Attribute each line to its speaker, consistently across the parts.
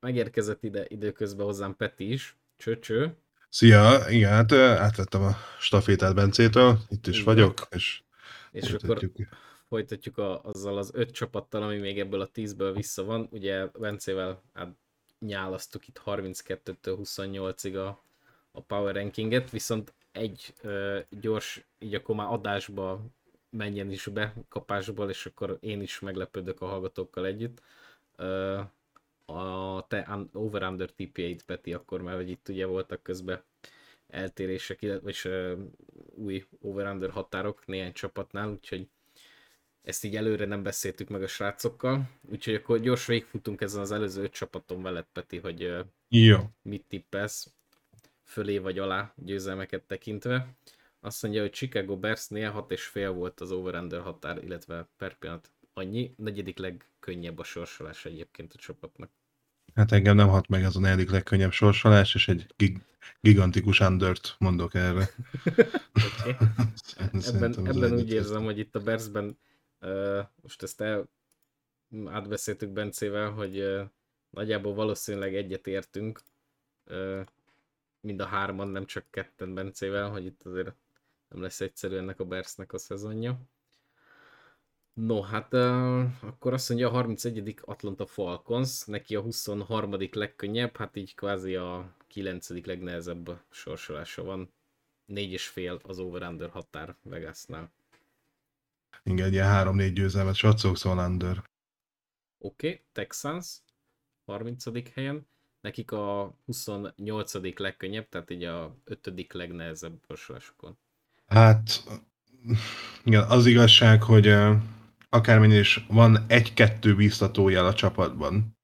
Speaker 1: megérkezett időközben hozzám Peti is. Cső.
Speaker 2: Szia, igen, hát átvettem a stafétát Bencétől, itt is
Speaker 1: Így van.
Speaker 2: vagyok, és
Speaker 1: És akkor
Speaker 2: folytatjuk.
Speaker 1: folytatjuk azzal az 5 csapattal, ami még ebből a 10-ből vissza van. Ugye Bencével hát nyálasztuk itt 32-től 28-ig a Power Rankinget, viszont egy gyors, így akkor már adásba menjen is be kapásból, és akkor én is meglepődök a hallgatókkal együtt. Ö, a te Over-Under TPA-t, Peti, akkor már, hogy itt ugye voltak közben eltérések, vagy új over-under határok néhány csapatnál, úgyhogy ezt így előre nem beszéltük meg a srácokkal, úgyhogy akkor gyors végigfutunk ezen az előző 5 csapaton veled, Peti, hogy
Speaker 2: Jó,
Speaker 1: mit tippelsz fölé vagy alá győzelmeket tekintve. Azt mondja, hogy Chicago Bearsnél 6,5 volt az over-under határ, illetve per pillanat annyi. Negyedik legkönnyebb a sorsolás egyébként a csapatnak.
Speaker 2: hát engem nem hat meg ez a negyedik legkönnyebb sorsolás, és egy gigantikus undert mondok erre.
Speaker 1: Oké.
Speaker 2: Szerintem az
Speaker 1: Ebben úgy
Speaker 2: egyet
Speaker 1: érzem,
Speaker 2: vesznek.
Speaker 1: hogy itt a Bearsben most ezt átbeszéltük Bencével, hogy nagyjából valószínűleg egyet értünk, mind a hárman, nem csak ketten Bencével, hogy itt azért nem lesz egyszerű ennek a Bearsnek a szezonja. No, hát akkor azt mondja a 31. Atlanta Falcons, neki a 23. legkönnyebb, hát így kvázi a 9. legnehezebb sorsolása van. 4,5 az over-under határ Vegasnál.
Speaker 2: Igen, egy ilyen 3-4 győzelmet satszolok, szóval under.
Speaker 1: Oké, Texans 30. helyen, nekik a 28. legkönnyebb, tehát így a 5. legnehezebb sorsolásukon.
Speaker 2: Hát, igen, az igazság, hogy akármennyi is van egy-kettő biztató jel a csapatban,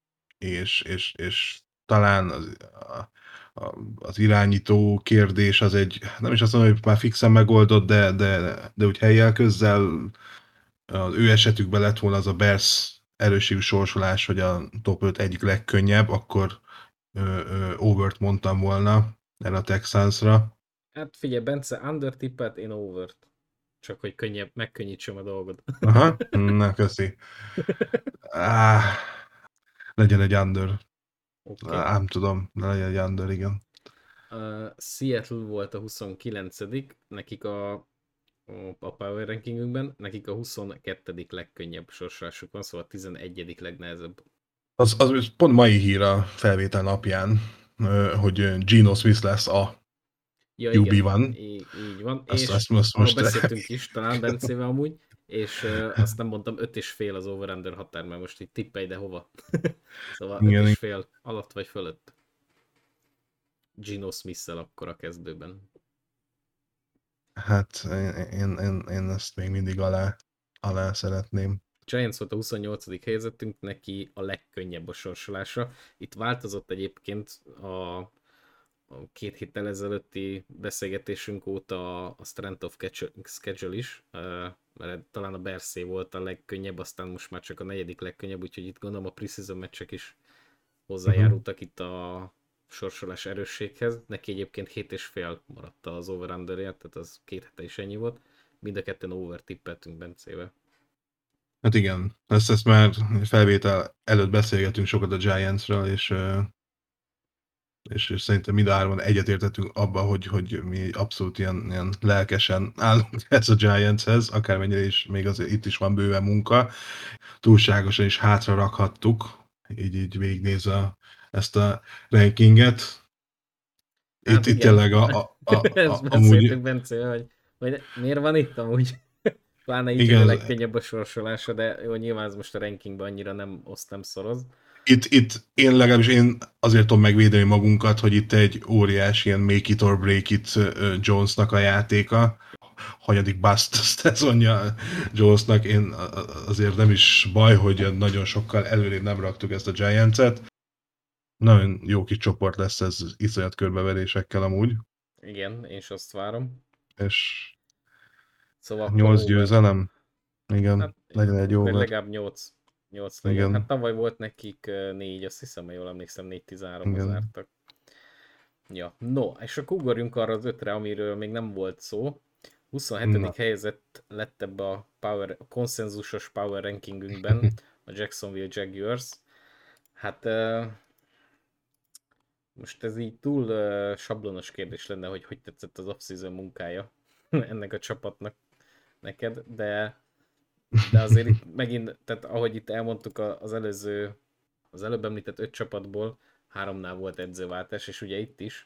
Speaker 2: és talán az irányító kérdés az egy, nem is azt mondom, hogy már fixen megoldott, de úgy helyjel közzel az ő esetükben lett volna az a Bears erősségű sorsolás, hogy a top 5 egyik legkönnyebb, akkor overt mondtam volna erre a Texansra.
Speaker 1: Hát figyelj, Bence under tippelt, én overt. Csak hogy könnyebb, megkönnyítsem a dolgot.
Speaker 2: Aha, na köszi. Áh, legyen egy under.
Speaker 1: Oké.
Speaker 2: Nem tudom, legyen egy under, igen.
Speaker 1: Seattle volt a 29. nekik a Power Rankingünkben, nekik a 22. legkönnyebb sorsolásuk van, szóval a 11. legnehezebb.
Speaker 2: Az pont mai hír a felvétel napján, hogy Geno Smith lesz a
Speaker 1: Ja, igen,
Speaker 2: QB1.
Speaker 1: így van,
Speaker 2: Azt,
Speaker 1: és
Speaker 2: azt, azt
Speaker 1: arról
Speaker 2: most
Speaker 1: beszéltünk is, talán Bencével amúgy, és azt nem mondtam, 5,5 az over-under határ, mert most itt tippelj, de hova. Szóval
Speaker 2: igen,
Speaker 1: 5,5 alatt vagy fölött. Geno Smith-szel akkor a kezdőben.
Speaker 2: hát én ezt még mindig alá szeretném.
Speaker 1: Giants volt a 28. helyezettünk, neki a legkönnyebb a sorsolása. Itt változott egyébként a 2 héttel ezelőtti beszélgetésünk óta a Strength of Schedule is, mert talán a Berszé volt a legkönnyebb, aztán most már csak a 4. legkönnyebb, úgyhogy itt gondolom a preseason meccsek is
Speaker 2: Uh-huh.
Speaker 1: hozzájárultak itt a sorsolás erősséghez. Neki egyébként 7,5 maradt az over tehát az 2 hete is ennyi volt. Mind a ketten over tippeltünk Bencével.
Speaker 2: Hát igen, ezt már felvétel előtt beszélgetünk sokat a Giantsről, és szerintem mind a hárman egyetértettünk abban, hogy mi abszolút ilyen lelkesen állunk ez a Giantshez, akármennyire is még azért itt is van bőven munka. Túlságosan is hátra rakhattuk, így végignézve ezt a rankinget.
Speaker 1: Hát
Speaker 2: Itt
Speaker 1: igen,
Speaker 2: tényleg
Speaker 1: ezt
Speaker 2: amúgy,
Speaker 1: beszéltük Bencével, hogy miért van itt amúgy. Pláne így, hogy a
Speaker 2: igen,
Speaker 1: legkönnyebb a sorsolása, de jó, nyilván ez most a rankingban annyira nem oszt, nem szoroz.
Speaker 2: itt én azért tudom megvédeni magunkat, hogy itt egy óriási ilyen make it or break it Jonesnak a játéka. Hanyadik bust szezonja Jonesnak, én azért nem is baj, hogy nagyon sokkal előrébb nem raktuk ezt a Giants-et. Nagyon jó kis csoport lesz ez iszonyat körbeverésekkel amúgy,
Speaker 1: Igen, én is azt várom.
Speaker 2: és
Speaker 1: Szóval akkor
Speaker 2: 8
Speaker 1: over.
Speaker 2: győzelem, igen,
Speaker 1: Hát
Speaker 2: legyen egy
Speaker 1: akkor
Speaker 2: over,
Speaker 1: legalább 8 legyen. Hát
Speaker 2: igen,
Speaker 1: tavaly volt nekik 4, azt hiszem, ha jól emlékszem, 4-13-ra
Speaker 2: igen.
Speaker 1: zártak. Ja, no, és akkor ugorjunk arra az 5-re, amiről még nem volt szó. 27.
Speaker 2: Na,
Speaker 1: helyezett lett ebbe a konszenzusos power rankingünkben a Jacksonville Jaguars. Hát Most ez így túl sablonos kérdés lenne, hogy hogy tetszett az off-season munkája ennek a csapatnak neked, de azért itt megint, tehát ahogy itt elmondtuk az előbb említett 5 csapatból 3-nál volt edzőváltás, és ugye itt is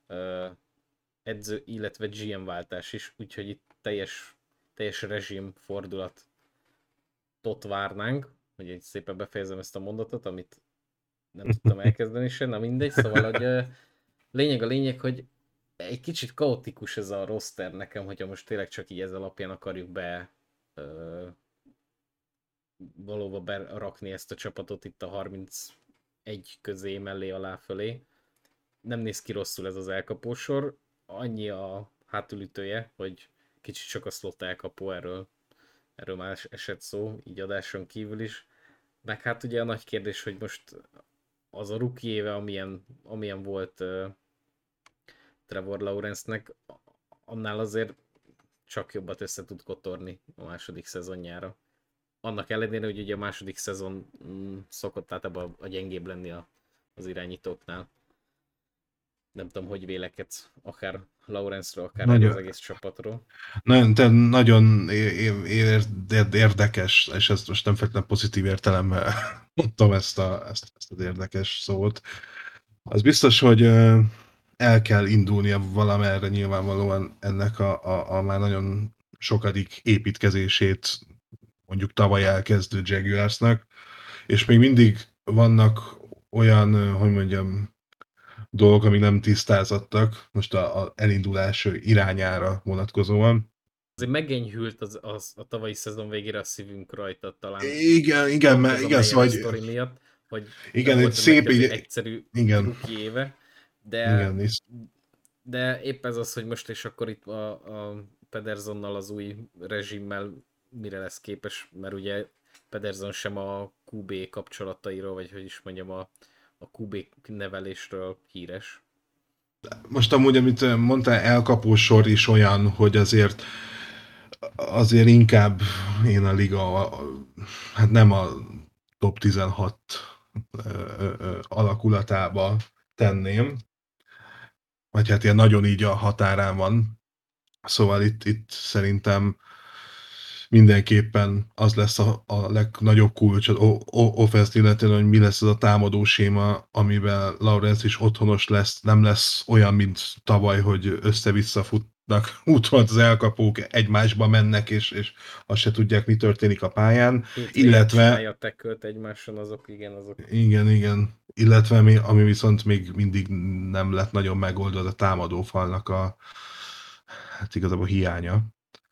Speaker 1: edző, illetve GM váltás is, úgyhogy itt teljes rezsim fordulatot várnánk, hogy egy szépen befejezem ezt a mondatot, amit nem tudtam elkezdeni se, na mindegy, szóval, hogy lényeg a lényeg, hogy egy kicsit kaotikus ez a roster nekem, hogyha most tényleg csak így ez alapján akarjuk ö, valóban berakni ezt a csapatot itt a 31 közé, mellé, alá, fölé. Nem néz ki rosszul ez az elkapósor, annyi a hátulütője, hogy kicsit csak a slot elkapó, erről már esett szó, így adáson kívül is. Meg hát ugye a nagy kérdés, hogy most az a rookie éve, amilyen volt Trevor Lawrence-nek, annál azért csak jobbat össze tud kotorni a második szezonjára. Annak ellenére, hogy ugye a második szezon szokott általában a gyengébb lenni az irányítóknál. Nem tudom, hogy vélekedsz, akár Lawrence-ről, akár erről az
Speaker 2: Nagyon,
Speaker 1: egész csapatról.
Speaker 2: nagyon érdekes, és ezt most nem feltétlenül pozitív értelemben mondtam ezt az érdekes szót. Az biztos, hogy el kell indulnia valamerre nyilvánvalóan ennek a már nagyon sokadik építkezését mondjuk tavaly elkezdő Jaguarsnak, és még mindig vannak olyan, hogy mondjam, dolgok, amik nem tisztázottak most a elindulás irányára vonatkozóan.
Speaker 1: Azért megenyhült a tavalyi szezon végére a szívünk rajta, talán
Speaker 2: Igen,
Speaker 1: pont ez a
Speaker 2: szóval,
Speaker 1: Miami
Speaker 2: hogy
Speaker 1: sztori miatt, hogy nem
Speaker 2: igen, egy
Speaker 1: volt neki
Speaker 2: szép,
Speaker 1: az
Speaker 2: így,
Speaker 1: egyszerű
Speaker 2: igen,
Speaker 1: rookie éve, de,
Speaker 2: igen, és
Speaker 1: de épp ez az, hogy most és akkor itt a Pedersonnal, az új rezsimmel mire lesz képes, mert ugye Pederson sem a QB kapcsolatairól, vagy hogy is mondjam, a QB nevelésről híres.
Speaker 2: most amúgy, amit mondtál, elkapó sor is olyan, hogy azért inkább én a liga, hát nem a top 16 alakulatába tenném, vagy hát ilyen nagyon így a határán van. Szóval itt szerintem mindenképpen az lesz a legnagyobb kulcs az offense illetően, hogy mi lesz ez a támadó séma, amivel Lawrence is otthonos lesz, nem lesz olyan, mint tavaly, hogy össze-vissza futnak, útvonalat az elkapók, egymásba mennek, és azt se tudják, mi történik a pályán,
Speaker 1: Hétvégén
Speaker 2: illetve
Speaker 1: csinálja a tackle-t egymáson, azok igen, azok.
Speaker 2: igen, illetve ami viszont még mindig nem lett nagyon megoldva, az a támadófalnak hát igazából hiánya,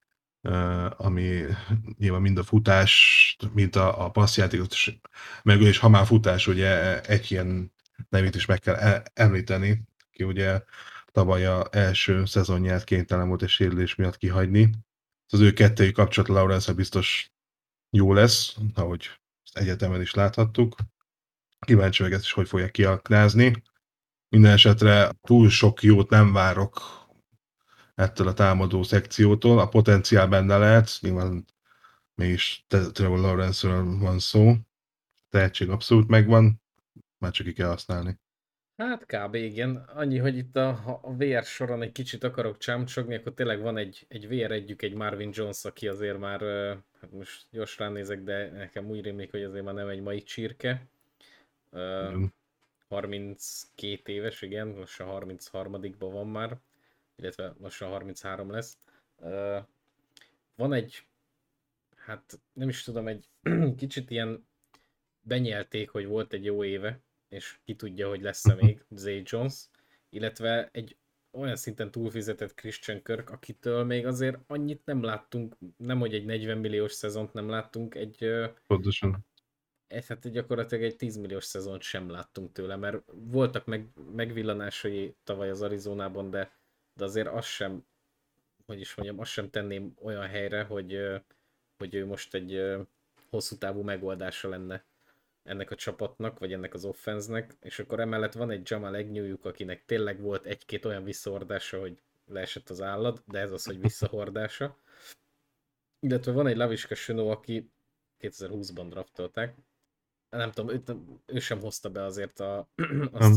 Speaker 2: ami nyilván mind a futás, mint a passzjátékot is megöl, és ha már futás, ugye egy ilyen nevét is meg kell említeni, ki ugye tavaly a első szezonját kénytelen volt egy sérülés miatt kihagyni. Az ő kettőjük kapcsolat Lawrence biztos jó lesz, ahogy ezt egyetemen is láthattuk. Kíváncsi meg ezt is, hogy fogják kiaknázni. Minden esetre túl sok jót nem várok ettől a támadó szekciótól. A potenciál benne lehet, nyilván mégis Trevor Lawrence-ről van szó. Tehetség abszolút megvan, már csak ki kell használni.
Speaker 1: Hát kb. Igen. Annyi, hogy itt a VR soron egy kicsit akarok csámcsogni, akkor tényleg van egy VR együk, egy Marvin Jones, aki azért már, hát most gyors ránézek, de nekem úgy rémlik, hogy azért már nem egy mai csirke. Ö,
Speaker 2: Igen.
Speaker 1: 32 éves, igen, most a 33-ban van már, illetve most a 33 lesz. Ö, Van egy, hát nem is tudom, egy kicsit ilyen benyelték, hogy volt egy jó éve, és ki tudja, hogy lesz-e még Zay Jones, illetve egy olyan szinten túlfizetett Christian Kirk, akitől még azért annyit nem láttunk, nem hogy egy 40 milliós szezont nem láttunk,
Speaker 2: Pontosan.
Speaker 1: hát gyakorlatilag egy 10 milliós szezont sem láttunk tőle, mert voltak megvillanásai tavaly az Arizonában, de azért azt sem, hogy is mondjam, azt sem tenném olyan helyre, hogy ő most egy hosszú távú megoldása lenne ennek a csapatnak, vagy ennek az offenznek, és akkor emellett van egy Jamal Agnewjuk, akinek tényleg volt egy-két olyan visszahordása, hogy leesett az állat, de ez az, hogy visszahordása. Illetve van egy Laviska Shenault, aki 2020-ban draftolták. Nem tudom, ő sem hozta be azért azt
Speaker 2: Nem.
Speaker 1: a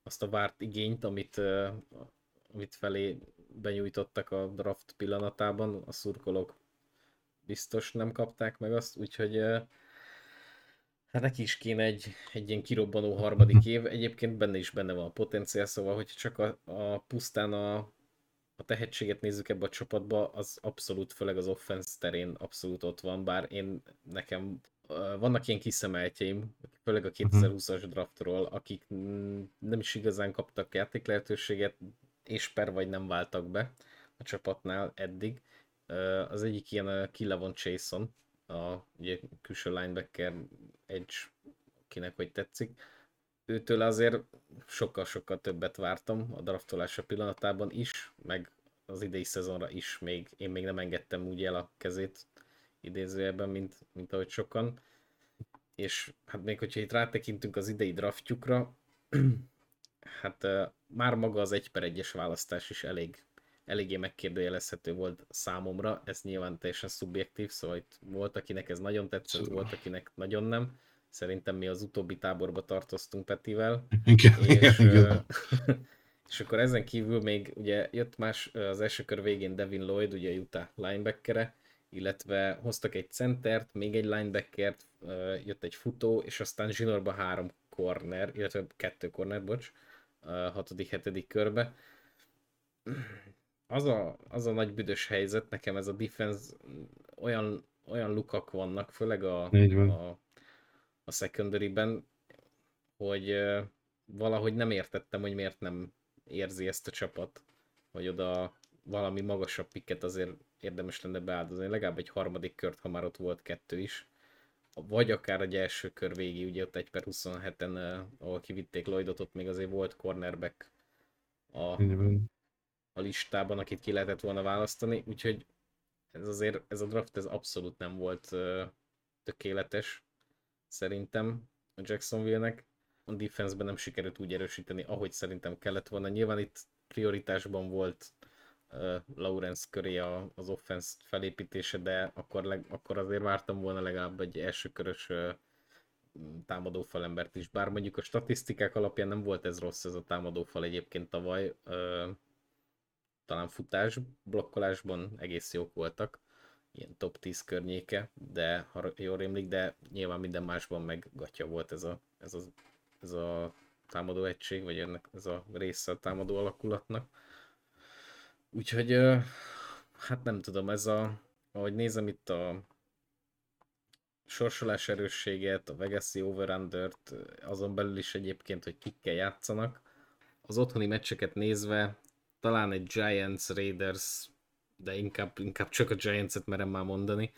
Speaker 1: azt a várt igényt, amit felé benyújtottak a draft pillanatában, a szurkolók biztos nem kapták meg azt, úgyhogy hát neki is kéne egy ilyen kirobbanó harmadik év. Egyébként benne van a potenciál, szóval, hogyha csak a pusztán a tehetséget nézzük ebbe a csapatba, az abszolút, főleg az offense terén abszolút ott van, bár nekem vannak ilyen kiszemeltjeim, főleg a 2020-as draftról, akik nem is igazán kaptak játéklehetőséget, és vagy nem váltak be a csapatnál eddig. Az egyik ilyen a Killavon Chason, ugye külső linebacker edge, kinek hogy tetszik. Őtől azért sokkal-sokkal többet vártam a draftolása pillanatában is, meg az idei szezonra is, én még nem engedtem úgy el a kezét idézőjelben, mint ahogy sokan. És hát még hogyha itt rátekintünk az idei draftjukra, hát már maga az 1/1-es választás is eléggé megkérdőjelezhető volt számomra, ez nyilván teljesen szubjektív, szóval itt volt, akinek ez nagyon tetszett, volt, akinek nagyon nem. Szerintem mi az utóbbi táborba tartoztunk Petivel,
Speaker 2: Igen, igen,
Speaker 1: és,
Speaker 2: igen.
Speaker 1: és akkor ezen kívül még ugye jött az első kör végén Devin Lloyd, ugye Utah linebackere, illetve hoztak egy centert, még egy linebackert, jött egy futó, és aztán zsinórba 3 corner, illetve 2 corner, bocs, a 6.-7. körbe. Az a nagy büdös helyzet, nekem ez a defense, olyan lukak vannak, főleg
Speaker 2: Így van.
Speaker 1: a secondary-ben, hogy valahogy nem értettem, hogy miért nem érzi ezt a csapat, hogy oda valami magasabb pikket azért érdemes lenne beáldozni, legalább egy harmadik kört, ha már ott volt 2 is, vagy akár egy első kör végi, ugye ott 1/27-en, ahol kivitték Lloydot, ott még azért volt cornerback a,
Speaker 2: Így van.
Speaker 1: a listában, akit ki lehetett volna választani, úgyhogy ez a draft ez abszolút nem volt tökéletes, szerintem a Jacksonville-nek. A defense-ben nem sikerült úgy erősíteni, ahogy szerintem kellett volna. Nyilván itt prioritásban volt Lawrence köré az offense felépítése, de akkor azért vártam volna legalább egy elsőkörös támadó falembert is. Bár mondjuk a statisztikák alapján nem volt ez rossz ez a támadó fal egyébként tavaly. Talán futás, blokkolásban egész jók voltak, ilyen top 10 környéke, de ha jól rémlik, de nyilván minden másban meg gatya volt ez a támadó egység, vagy ez a része a támadó alakulatnak. Úgyhogy hát nem tudom, ahogy nézem itt a sorsolás erősséget, a Vegas-i over-undert, azon belül is egyébként, hogy kikkel játszanak. Az otthoni meccseket nézve talán egy Giants, Raiders, de inkább csak a Giants-et merem már mondani,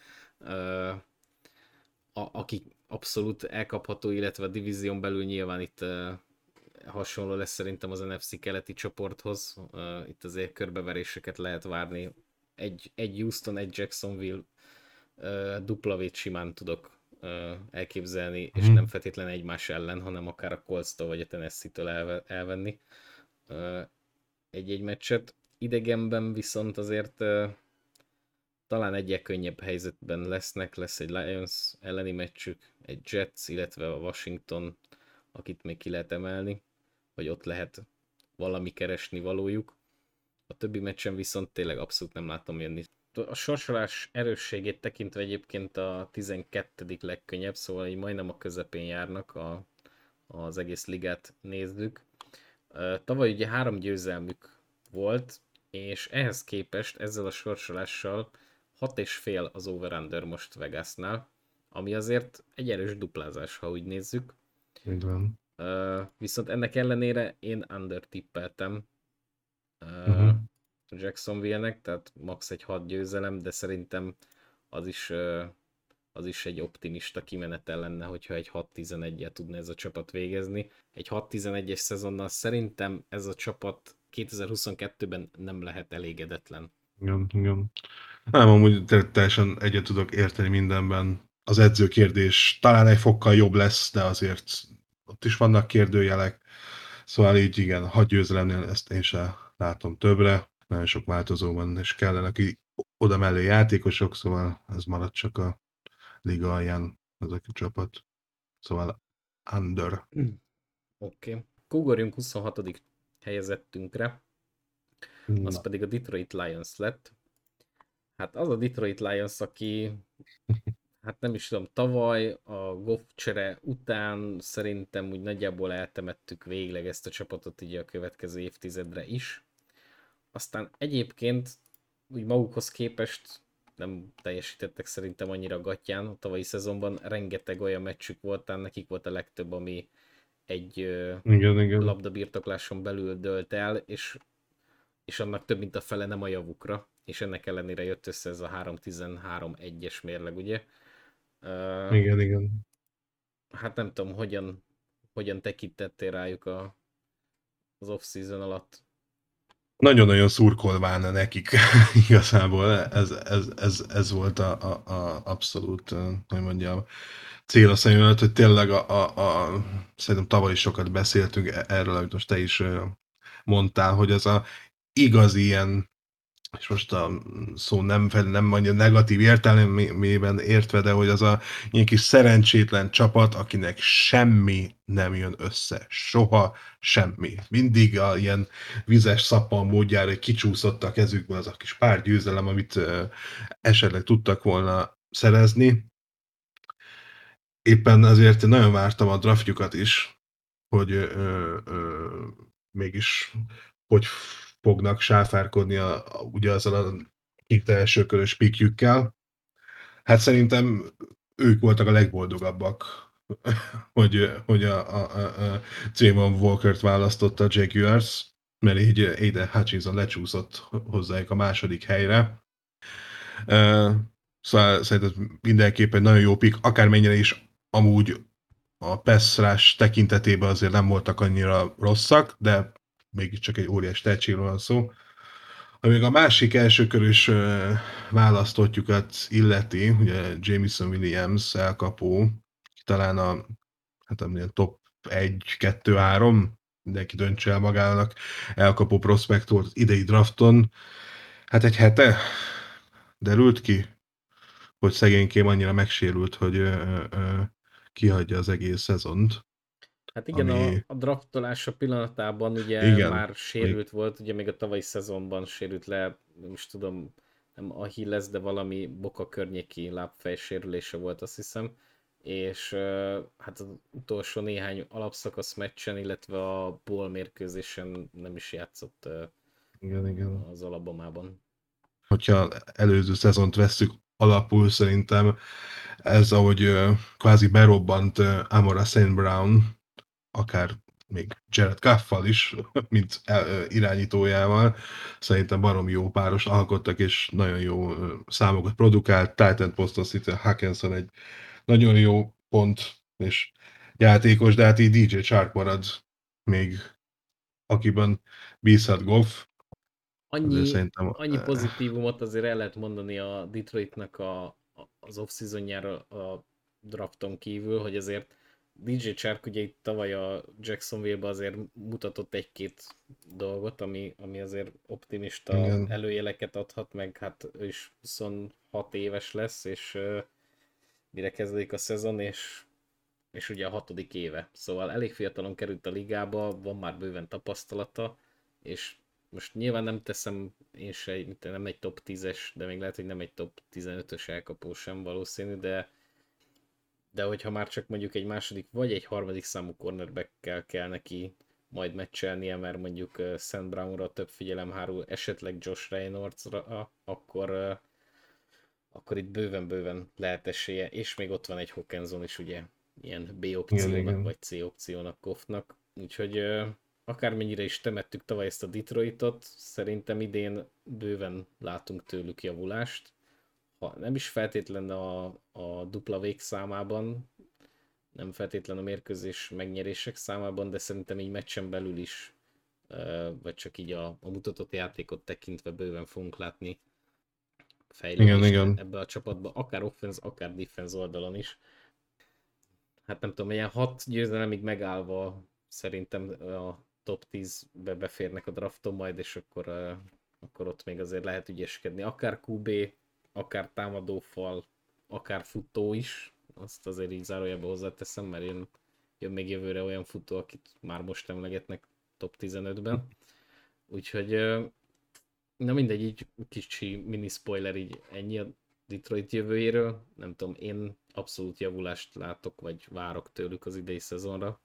Speaker 1: aki abszolút elkapható, illetve a divízión belül nyilván itt hasonló lesz szerintem az NFC keleti csoporthoz. Itt azért körbeveréseket lehet várni. Egy Houston, egy Jacksonville duplavét simán tudok elképzelni, és nem feltétlenül egymás ellen, hanem akár a Colts-tól vagy a Tennessee-től elvenni egy-egy meccset. Idegenben viszont azért talán egyre könnyebb helyzetben lesz egy Lions elleni meccsük, egy Jets, illetve a Washington, akit még ki lehet emelni, hogy ott lehet valami keresni valójuk. A többi meccsen viszont tényleg abszolút nem látom jönni. A sorsolás erősségét tekintve egyébként a 12. legkönnyebb, szóval így majdnem a közepén járnak, az egész ligát nézzük. Tavaly ugye 3 győzelmük volt, és ehhez képest ezzel a sorsolással 6,5 az over-under most Vegasnál, ami azért egy erős duplázás, ha úgy nézzük.
Speaker 2: Így van.
Speaker 1: Viszont ennek ellenére én under tippeltem Jacksonville-nek, tehát max. Egy 6 győzelem, de szerintem az is egy optimista kimenetel lenne, hogyha egy 6-11-jel tudna ez a csapat végezni. Egy 6-11-es szezonnal szerintem ez a csapat 2022-ben nem lehet elégedetlen.
Speaker 2: Igen, igen. Nem, amúgy teljesen egyet tudok érteni mindenben. Az edzőkérdés talán egy fokkal jobb lesz, de azért ott is vannak kérdőjelek. Szóval így igen, 6 győzelemnél ezt én sem látom többre. Nagyon sok változó van, és kellene aki oda mellé játékosok, szóval ez marad csak a liga alján ezek a csapat. Szóval under.
Speaker 1: Oké. ugorjunk 26. helyezettünkre, az
Speaker 2: Na,
Speaker 1: pedig a Detroit Lions lett. Hát az a Detroit Lions, aki, hát nem is tudom, tavaly a Goff csere után szerintem úgy nagyjából eltemettük végleg ezt a csapatot így a következő évtizedre is. Aztán egyébként úgy magukhoz képest nem teljesítettek szerintem annyira gatyán a tavalyi szezonban. Rengeteg olyan meccsük volt, talán nekik volt a legtöbb, ami egy
Speaker 2: igen, igen.
Speaker 1: labdabirtokláson belül dőlt el, és annak több mint a fele nem a javukra, és ennek ellenére jött össze ez a 3-13-1-es mérleg, ugye? Uh,
Speaker 2: Igen, igen.
Speaker 1: hát nem tudom, hogyan tekintettél rájuk az off-season alatt.
Speaker 2: Nagyon-nagyon szurkolván nekik igazából. Ez volt a abszolút, hogy mondjam, cél a szemem előtt, hogy tényleg szerintem tavaly is sokat beszéltünk erről, amit most te is mondtál, hogy ez a igazi ilyen, és most a szó nem mondja negatív értelmében értve, de hogy az a ilyen kis szerencsétlen csapat, akinek semmi nem jön össze. Soha semmi. Mindig a ilyen vizes szappan módjára, hogy kicsúszott a kezükből az a kis pár győzelem, amit esetleg tudtak volna szerezni. Éppen ezért én nagyon vártam a draftjukat is, hogy mégis hogy fognak sáfárkodni ugye azzal a két elsőkörös pikjükkel. Hát szerintem ők voltak a legboldogabbak, hogy a Trayvon Walkert választotta a Jaguars, mert így Aiden Hutchinson lecsúszott hozzájuk a második helyre. Szóval szerintem mindenképpen nagyon jó pick, akármennyire is amúgy a pass rush tekintetében azért nem voltak annyira rosszak, de mégiscsak egy óriás tehetségről van szó. Amíg a másik elsőkörös választottjukat illeti, ugye Jameson Williams elkapó, talán hát amilyen top 1, 2, 3, mindenki döntse el magának, elkapó prospekt volt az idei drafton. Hát egy hete derült ki, hogy szegénykém annyira megsérült, hogy kihagyja az egész szezont,
Speaker 1: Hát igen, a,
Speaker 2: ami
Speaker 1: a draftolása pillanatában ugye
Speaker 2: igen,
Speaker 1: már
Speaker 2: még
Speaker 1: sérült volt, ugye még a tavalyi szezonban sérült le, nem is tudom, nem Achilles, de valami boka környéki lábfej sérülése volt, azt hiszem, és hát az utolsó néhány alapszakasz meccsen, illetve a bowl mérkőzésen nem is játszott
Speaker 2: igen, igen.
Speaker 1: az Alabamában.
Speaker 2: Hogyha előző szezont vesszük alapul, szerintem ez, ahogy kvázi berobbant Amara St. Brown, akár még Jared Goff-val is, mint irányítójával, szerintem barom jó páros alkottak, és nagyon jó számokat produkált. Titan poszton szinte Hawkinson egy nagyon jó pont, és játékos, de hát így DJ Chark marad még, akiben bízhat Goff, azért
Speaker 1: annyi,
Speaker 2: szerintem
Speaker 1: annyi pozitívumot azért el lehet mondani a Detroitnak az off-seasonjára a drafton kívül, hogy azért DJ Chark ugye itt tavaly a Jacksonville-ben azért mutatott egy-két dolgot, ami azért optimista
Speaker 2: igen,
Speaker 1: előjeleket adhat, meg hát ő is 26 éves lesz, és mire kezdődik a szezon, és ugye a 6. éve. Szóval elég fiatalon került a ligába, van már bőven tapasztalata, és most nyilván nem teszem én se, nem egy top 10-es, de még lehet, hogy nem egy top 15-ös elkapó sem valószínű, de hogyha már csak mondjuk egy második vagy egy harmadik számú cornerbackkel kell neki majd meccselnie, mert mondjuk Sam Brownra több figyelem hárul, esetleg Josh Reynoldsra, akkor itt bőven-bőven lehet esélye, és még ott van egy Hawkinson is ugye, ilyen B
Speaker 2: igen,
Speaker 1: opciónak
Speaker 2: igen.
Speaker 1: vagy C opciónak Goffnak, úgyhogy akármennyire is temettük tavaly ezt a Detroitot, szerintem idén bőven látunk tőlük javulást, ha nem is feltétlen a dupla végszámában, nem feltétlen a mérkőzés megnyerések számában, de szerintem így meccsen belül is, vagy csak így a mutatott játékot tekintve bőven fogunk látni
Speaker 2: Igen,
Speaker 1: fejlődést
Speaker 2: igen.
Speaker 1: ebbe a csapatba, akár offense, akár defense oldalon is. Hát nem tudom, ilyen 6 győzelemig megállva szerintem a top 10-be beférnek a drafton majd, és akkor ott még azért lehet ügyeskedni. Akár QB, akár támadófal, akár futó is, azt azért így zárójelbe hozzáteszem, mert én jön még jövőre olyan futó, akit már most emlegetnek top 15-ben. Úgyhogy na mindegy, így kicsi mini spoiler, így ennyi a Detroit jövőjéről. Nem tudom, én abszolút javulást látok, vagy várok tőlük az idei szezonra.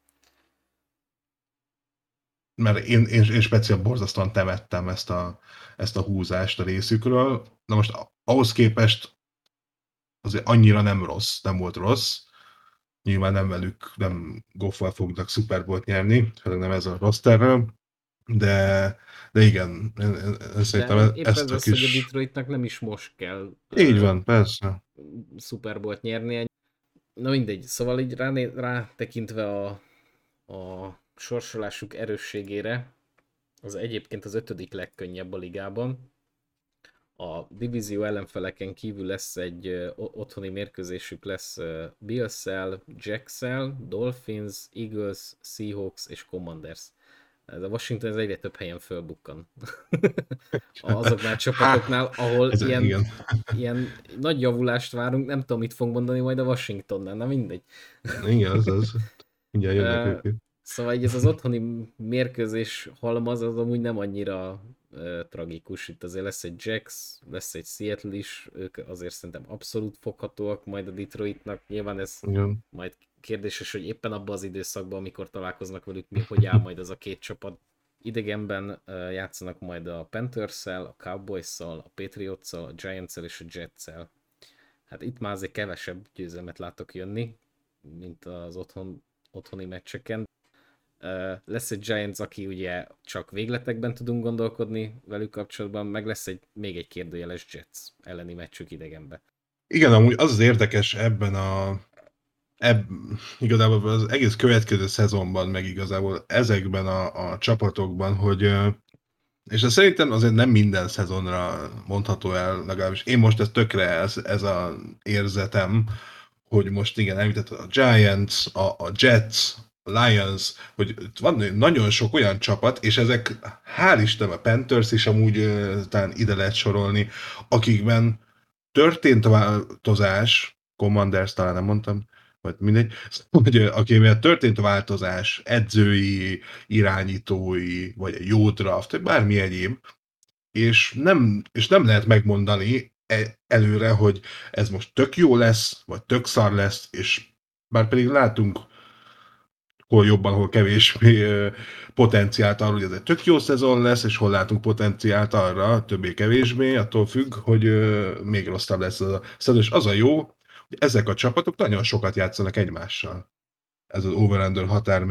Speaker 2: Mert én speciál borzasztóan temettem ezt a húzást a részükről. Na most ahhoz képest azért annyira nem rossz, nem volt rossz. Nyilván nem velük, nem Goffal fognak Super Bowl-t nyerni, főleg nem ez a rosterrel, de igen, én
Speaker 1: De
Speaker 2: szerintem
Speaker 1: épp ez
Speaker 2: ezt a
Speaker 1: az, hogy a
Speaker 2: kis...
Speaker 1: Detroitnak nem is most kell
Speaker 2: Így van, persze.
Speaker 1: Super Bowl-t nyernie. Na mindegy, szóval így rá tekintve a sorsolásuk erősségére, az egyébként az 5. legkönnyebb a ligában. A divízió ellenfeleken kívül lesz egy otthoni mérkőzésük, lesz Bills-szel, Jacks-szel, Dolphins, Eagles, Seahawks és Commanders. Ez a Washington ez egyre több helyen fölbukkan. Azoknál a
Speaker 2: Hát,
Speaker 1: csapatoknál, ahol
Speaker 2: ez igen.
Speaker 1: ilyen nagy javulást várunk, nem tudom, mit fogunk mondani majd a Washingtonnál, na mindegy.
Speaker 2: Igen, az. Mindjárt jönnek ők.
Speaker 1: Szóval így ez az otthoni mérkőzés halmaz, az amúgy nem annyira tragikus. Itt azért lesz egy Jacks, lesz egy Seattle is, ők azért szerintem abszolút foghatóak majd a Detroitnak. Nyilván ez
Speaker 2: Igen.
Speaker 1: majd kérdéses, hogy éppen abban az időszakban, amikor találkoznak velük, hogy áll majd az a két csapat. Idegenben játszanak majd a Panthers-szel, a Cowboys-szal, a Patriots-szal, a Giants-szel és a Jets-szel. Hát itt már azért kevesebb győzelmet látok jönni, mint az otthoni meccseken. Lesz egy Giants, aki ugye csak végletekben tudunk gondolkodni velük kapcsolatban, meg lesz még egy kérdőjeles Jets elleni meccsük idegenbe.
Speaker 2: Igen, amúgy az érdekes igazából az egész következő szezonban, meg igazából ezekben a csapatokban, hogy és ez szerintem azért nem minden szezonra mondható el, legalábbis én most ez tökre ez a érzetem, hogy most igen, említett a Giants, a Jets, a Lions, hogy van nagyon sok olyan csapat, és ezek hál' Isten a Panthers is amúgy talán ide lehet sorolni, akikben történt változás, Commanders talán nem mondtam, vagy mindegy, hogy akivel történt változás, edzői, irányítói, vagy egy jó draft, vagy bármi egyéb, és nem lehet megmondani előre, hogy ez most tök jó lesz, vagy tök szar lesz, és bár pedig látunk hol jobban, hol kevésbé potenciált arra, hogy ez egy tök jó szezon lesz, és hol látunk potenciált arra, többé-kevésbé, attól függ, hogy még rosszabb lesz a szezon. És az a jó, hogy ezek a csapatok nagyon sokat játszanak egymással. Ez az over-under határ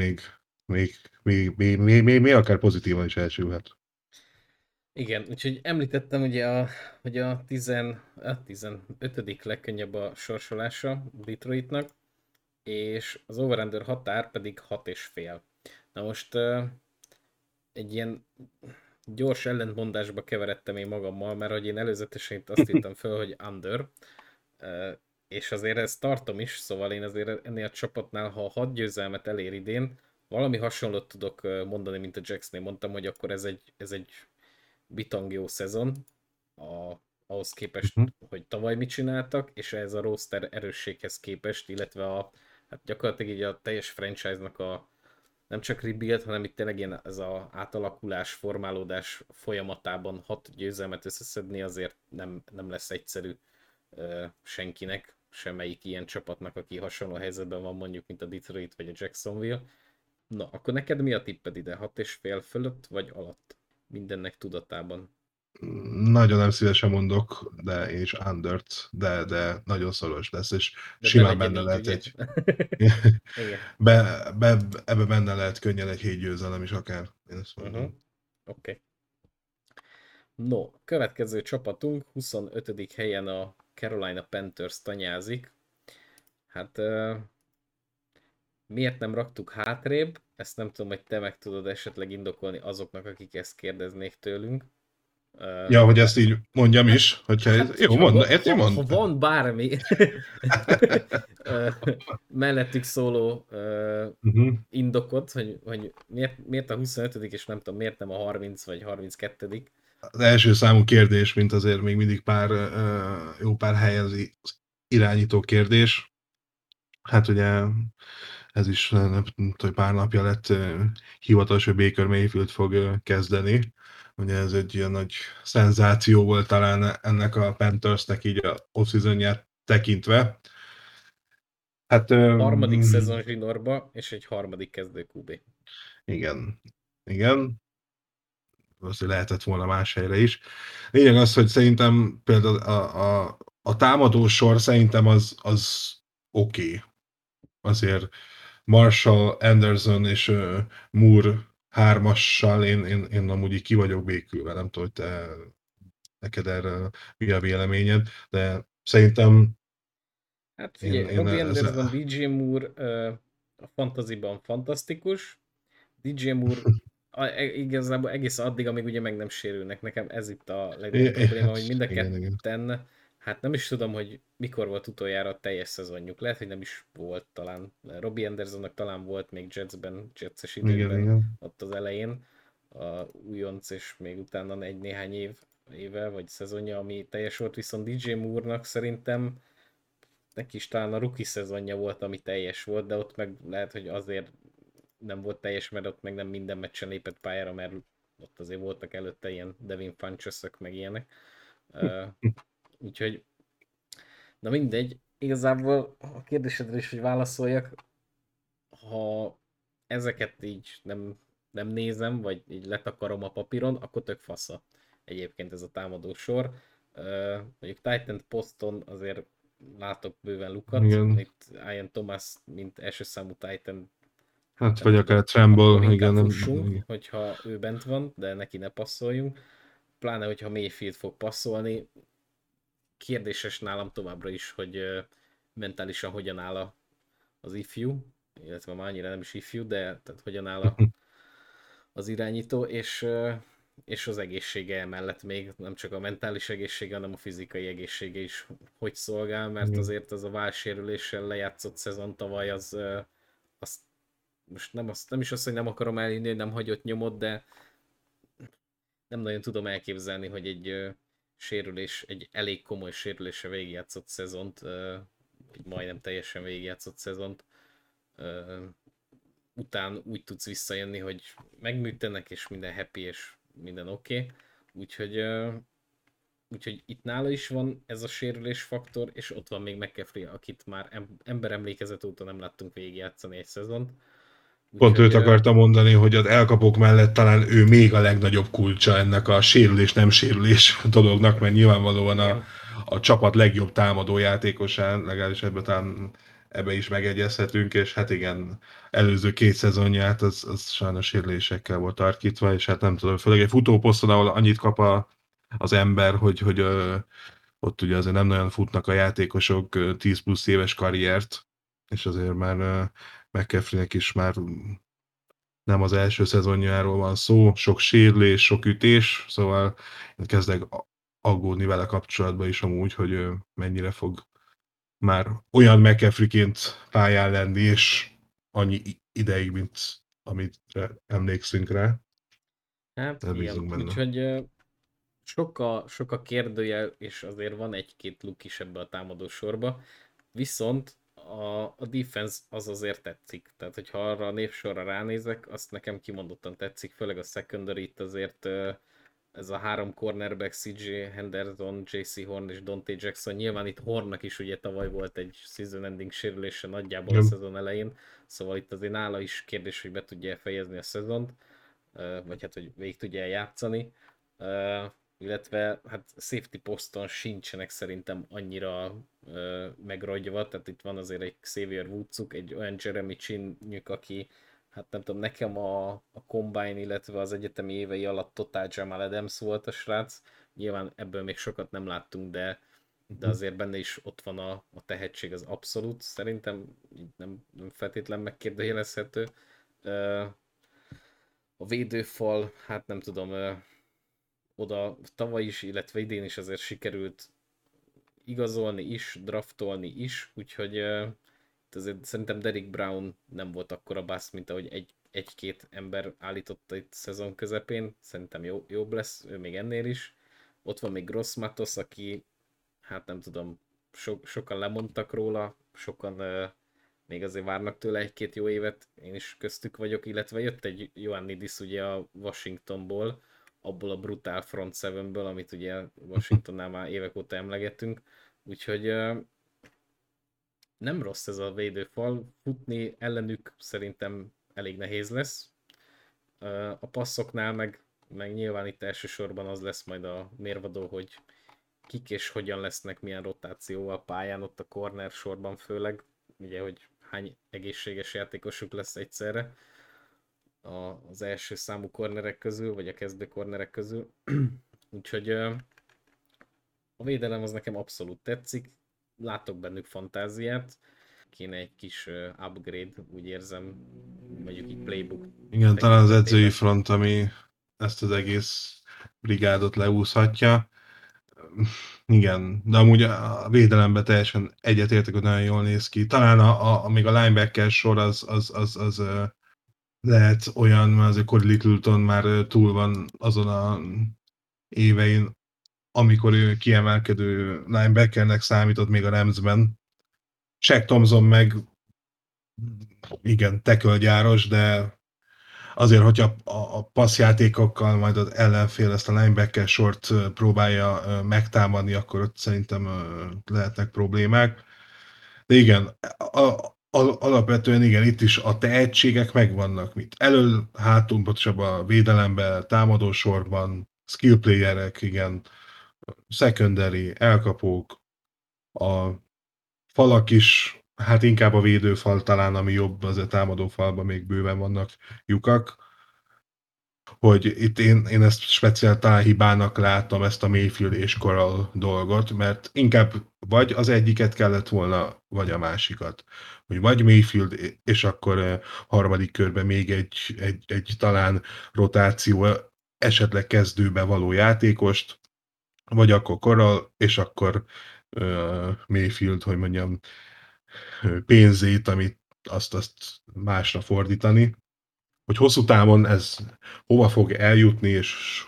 Speaker 2: még akár pozitívan is elsülhet.
Speaker 1: Igen, úgyhogy említettem ugye, hogy a 15. legkönnyebb a sorsolása Detroitnak, és az over-under határ pedig 6,5. Na most egy ilyen gyors ellentmondásba keveredtem én magammal, mert hogy én előzetesen itt azt írtam föl, hogy under, és azért ezt tartom is, szóval én azért ennél a csapatnál, ha 6 győzelmet elér idén, valami hasonlót tudok mondani, mint a Jacksnél mondtam, hogy akkor ez egy bitang jó szezon, ahhoz képest, hogy tavaly mit csináltak, és ez a roster erősséghez képest, illetve hát gyakorlatilag így a teljes franchise-nak nem csak rebuild, hanem itt tényleg ilyen ez az átalakulás, formálódás folyamatában 6 győzelmet összeszedni azért nem lesz egyszerű senkinek, semmelyik ilyen csapatnak, aki hasonló helyzetben van mondjuk, mint a Detroit vagy a Jacksonville. Na, akkor neked mi a tipped ide? 6,5 fölött vagy alatt? Mindennek tudatában.
Speaker 2: Nagyon nem szívesen mondok, de én is undert, de nagyon szoros lesz, és
Speaker 1: De
Speaker 2: simán
Speaker 1: legyen
Speaker 2: benne
Speaker 1: így,
Speaker 2: lehet
Speaker 1: ugye?
Speaker 2: egy
Speaker 1: Igen.
Speaker 2: ebbe benne lehet könnyen egy 7 győzelem is akár, én ezt mondom.
Speaker 1: Oké. No, következő csapatunk 25. helyen a Carolina Panthers tanyázik. Hát miért nem raktuk hátrébb? Ezt nem tudom, hogy te meg tudod esetleg indokolni azoknak, akik ezt kérdeznék tőlünk.
Speaker 2: Ja, hogy ezt így mondjam
Speaker 1: Hát,
Speaker 2: is, hogyha
Speaker 1: hát
Speaker 2: jó,
Speaker 1: hogyha
Speaker 2: mond.
Speaker 1: ha van bármi mellettük szóló indokot, hogy miért a 25. és nem tudom, miért nem a 30 vagy 32.
Speaker 2: Az első számú kérdés, mint azért még mindig jó pár helyezi irányító kérdés. Hát ugye ez is nem tudom, hogy pár napja lett hivatalos, hogy Baker Mayfield fog kezdeni. Ugye ez egy ilyen nagy szenzáció volt talán ennek a Panthersnek így a off tekintve. Hát
Speaker 1: Harmadik szezon zsinórba, és egy harmadik kezdő QB.
Speaker 2: igen, igen, azért lehetett volna más helyre is. Lényeg az, hogy szerintem például a támadó sor szerintem az oké. Azért Marshall, Anderson és Moore hármassal én amúgy így ki vagyok békülve, nem tudom, hogy neked erről mi a véleményed, de szerintem
Speaker 1: Hát
Speaker 2: én,
Speaker 1: figyelj,
Speaker 2: én
Speaker 1: Robbie
Speaker 2: ez,
Speaker 1: Anderson, DJ Moore a fantasyban fantasztikus, DJ Moore igazából egész addig, amíg ugye meg nem sérülnek. Nekem ez itt a legnagyobb probléma,
Speaker 2: hát
Speaker 1: hogy mind a
Speaker 2: igen.
Speaker 1: ketten, hát nem is tudom, hogy mikor volt utoljára a teljes szezonjuk. Lehet, hogy nem is volt talán. Robbie Andersonnak talán volt még Jetses időkben,
Speaker 2: Igen.
Speaker 1: ott az elején, a újonc, és még utána egy néhány éve, vagy szezonja, ami teljes volt, viszont DJ Moore-nak szerintem neki is talán a rookie szezonja volt, ami teljes volt, de ott meg lehet, hogy azért nem volt teljes, mert ott meg nem minden meccsen lépett pályára, mert ott azért voltak előtte ilyen Devin Funchesök, meg ilyenek. Úgyhogy, na mindegy, igazából a kérdésedre is, hogy válaszoljak, ha ezeket így nem nézem, vagy így letakarom a papíron, akkor tök fasza egyébként ez a támadó sor. Mondjuk Titan Poston azért látok bőven lukat,
Speaker 2: Igen.
Speaker 1: itt Ian Thomas, mint első számú Titan, hát
Speaker 2: Hát
Speaker 1: nem
Speaker 2: vagy akár
Speaker 1: tudom, akkor
Speaker 2: Tremble,
Speaker 1: inkább
Speaker 2: igen,
Speaker 1: fussunk,
Speaker 2: igen.
Speaker 1: hogyha ő bent van, de neki ne passzoljunk. Pláne, hogyha Mayfield fog passzolni. Kérdéses nálam továbbra is, hogy mentálisan hogyan áll az ifjú, illetve már annyira nem is ifjú, de tehát hogyan áll az irányító, és az egészsége mellett még nem csak a mentális egészsége, hanem a fizikai egészsége is hogy szolgál, mert
Speaker 2: Igen.
Speaker 1: azért az a válsérüléssel lejátszott szezon tavaly az most nem is azt, hogy nem akarom elhinni, hogy nem hagyott nyomot, de nem nagyon tudom elképzelni, hogy egy elég komoly sérülésre végigjátszott szezont, egy majdnem teljesen végigjátszott szezont, után úgy tudsz visszajönni, hogy megműtenek, és minden happy, és minden oké. Úgyhogy, úgyhogy itt nála is van ez a sérülés faktor, és ott van még McCaffrey, akit már emberemlékezet óta nem láttunk végigjátszani egy szezont.
Speaker 2: Pont őt
Speaker 1: Úgyhogy
Speaker 2: akartam mondani, hogy az elkapók mellett talán ő még a legnagyobb kulcsa ennek a sérülés-nem sérülés dolognak, mert nyilvánvalóan
Speaker 1: igen,
Speaker 2: a csapat legjobb támadó játékosán, legalábbis ebben talán ebbe is megegyezhetünk, és hát igen, előző 2 szezonját az sajnos sérülésekkel volt tarkítva, és hát nem tudom, főleg egy futóposzton, ahol annyit kap az ember, hogy ott ugye azért nem nagyon futnak a játékosok 10 plusz éves karriert, és azért már McCaffreynek is már nem az első szezonjáról van szó, sok sérülés, sok ütés, szóval én kezdek aggódni vele kapcsolatban is amúgy, hogy mennyire fog már olyan McCaffreyként pályán lenni, és annyi ideig, mint amit emlékszünk rá.
Speaker 1: hát
Speaker 2: Nem
Speaker 1: igen,
Speaker 2: bízunk benne.
Speaker 1: úgyhogy sok a kérdőjel, és azért van egy-két luk is ebbe a támadó sorba, viszont a defense az azért tetszik. Tehát, hogyha arra a névsorra ránézek, azt nekem kimondottan tetszik, főleg a secondary itt azért ez a három cornerback, CJ Henderson, JC Horn és Dante Jackson, nyilván itt Hornnak is ugye tavaly volt egy season ending sérülése nagyjából a
Speaker 2: Igen.
Speaker 1: szezon elején, szóval itt azért nála is kérdés, hogy be tudja fejezni a szezont, vagy hát, hogy végig tudja játszani, illetve hát safety poszton sincsenek szerintem annyira megrogyva, tehát itt van azért egy Xavier Woodsuk, egy olyan Jeremy Chinnyük, aki hát nem tudom, nekem a Combine, illetve az egyetemi évei alatt totál Jamal Adams volt a srác, nyilván ebből még sokat nem láttunk, de azért benne is ott van a tehetség, az abszolút, szerintem így nem feltétlen megkérdőjelezhető. A védőfal, hát nem tudom, oda tavaly is, illetve idén is azért sikerült igazolni is, draftolni is, úgyhogy azért szerintem Derrick Brown nem volt akkora bassz, mint ahogy egy-két ember állította itt szezon közepén. Szerintem jobb lesz, ő még ennél is. Ott van még Gross Matos, aki hát nem tudom, sokan lemondtak róla, sokan még azért várnak tőle egy-két jó évet, én is köztük vagyok, illetve jött egy Ioannidis ugye a Washingtonból, abból a brutál front sevenből, amit ugye Washingtonnál már évek óta emlegettünk, úgyhogy nem rossz ez a védőfal, futni ellenük szerintem elég nehéz lesz. A passzoknál meg nyilván itt elsősorban az lesz majd a mérvadó, hogy kik és hogyan lesznek, milyen rotációval pályán, ott a corner sorban főleg, ugye, hogy hány egészséges játékosuk lesz egyszerre az első számú kornerek közül, vagy a kezdő kornerek közül. Úgyhogy a védelem az nekem abszolút tetszik, látok bennük fantáziát, kéne egy kis upgrade, úgy érzem, mondjuk így playbook
Speaker 2: Igen, talán az edzői
Speaker 1: tekintetében.
Speaker 2: front, ami ezt az egész brigádot leúszhatja. Igen, de amúgy a védelemben teljesen egyetértek, hogy nagyon jól néz ki. Talán még a linebacker sor az lehet olyan, mert azért Cody Littleton már túl van azon a évein, amikor ő kiemelkedő linebackernek számított még a Ramsben. Shaq Thompson meg igen, tekölgyáros, de azért, hogyha a passzjátékokkal majd az ellenfél ezt a linebacker sort próbálja megtámadni, akkor ott szerintem lehetnek problémák. De igen, alapvetően igen, itt is a tehetségek megvannak, mint elől, hátul, pontosabban a védelemben, támadósorban, skill playerek, igen, secondary, elkapók, a falak is, hát inkább a védőfal talán, ami jobb, az a támadófalban még bőven vannak lyukak, hogy itt én ezt speciál talán hibának látom, ezt a Mayfield és Corral dolgot, mert inkább vagy az egyiket kellett volna, vagy a másikat. Hogy vagy Mayfield, és akkor harmadik körben még egy talán rotáció, esetleg kezdőbe való játékost, vagy akkor Corral, és akkor Mayfield, hogy mondjam, pénzét, amit azt másra fordítani. Hogy hosszú távon ez hova fog eljutni, és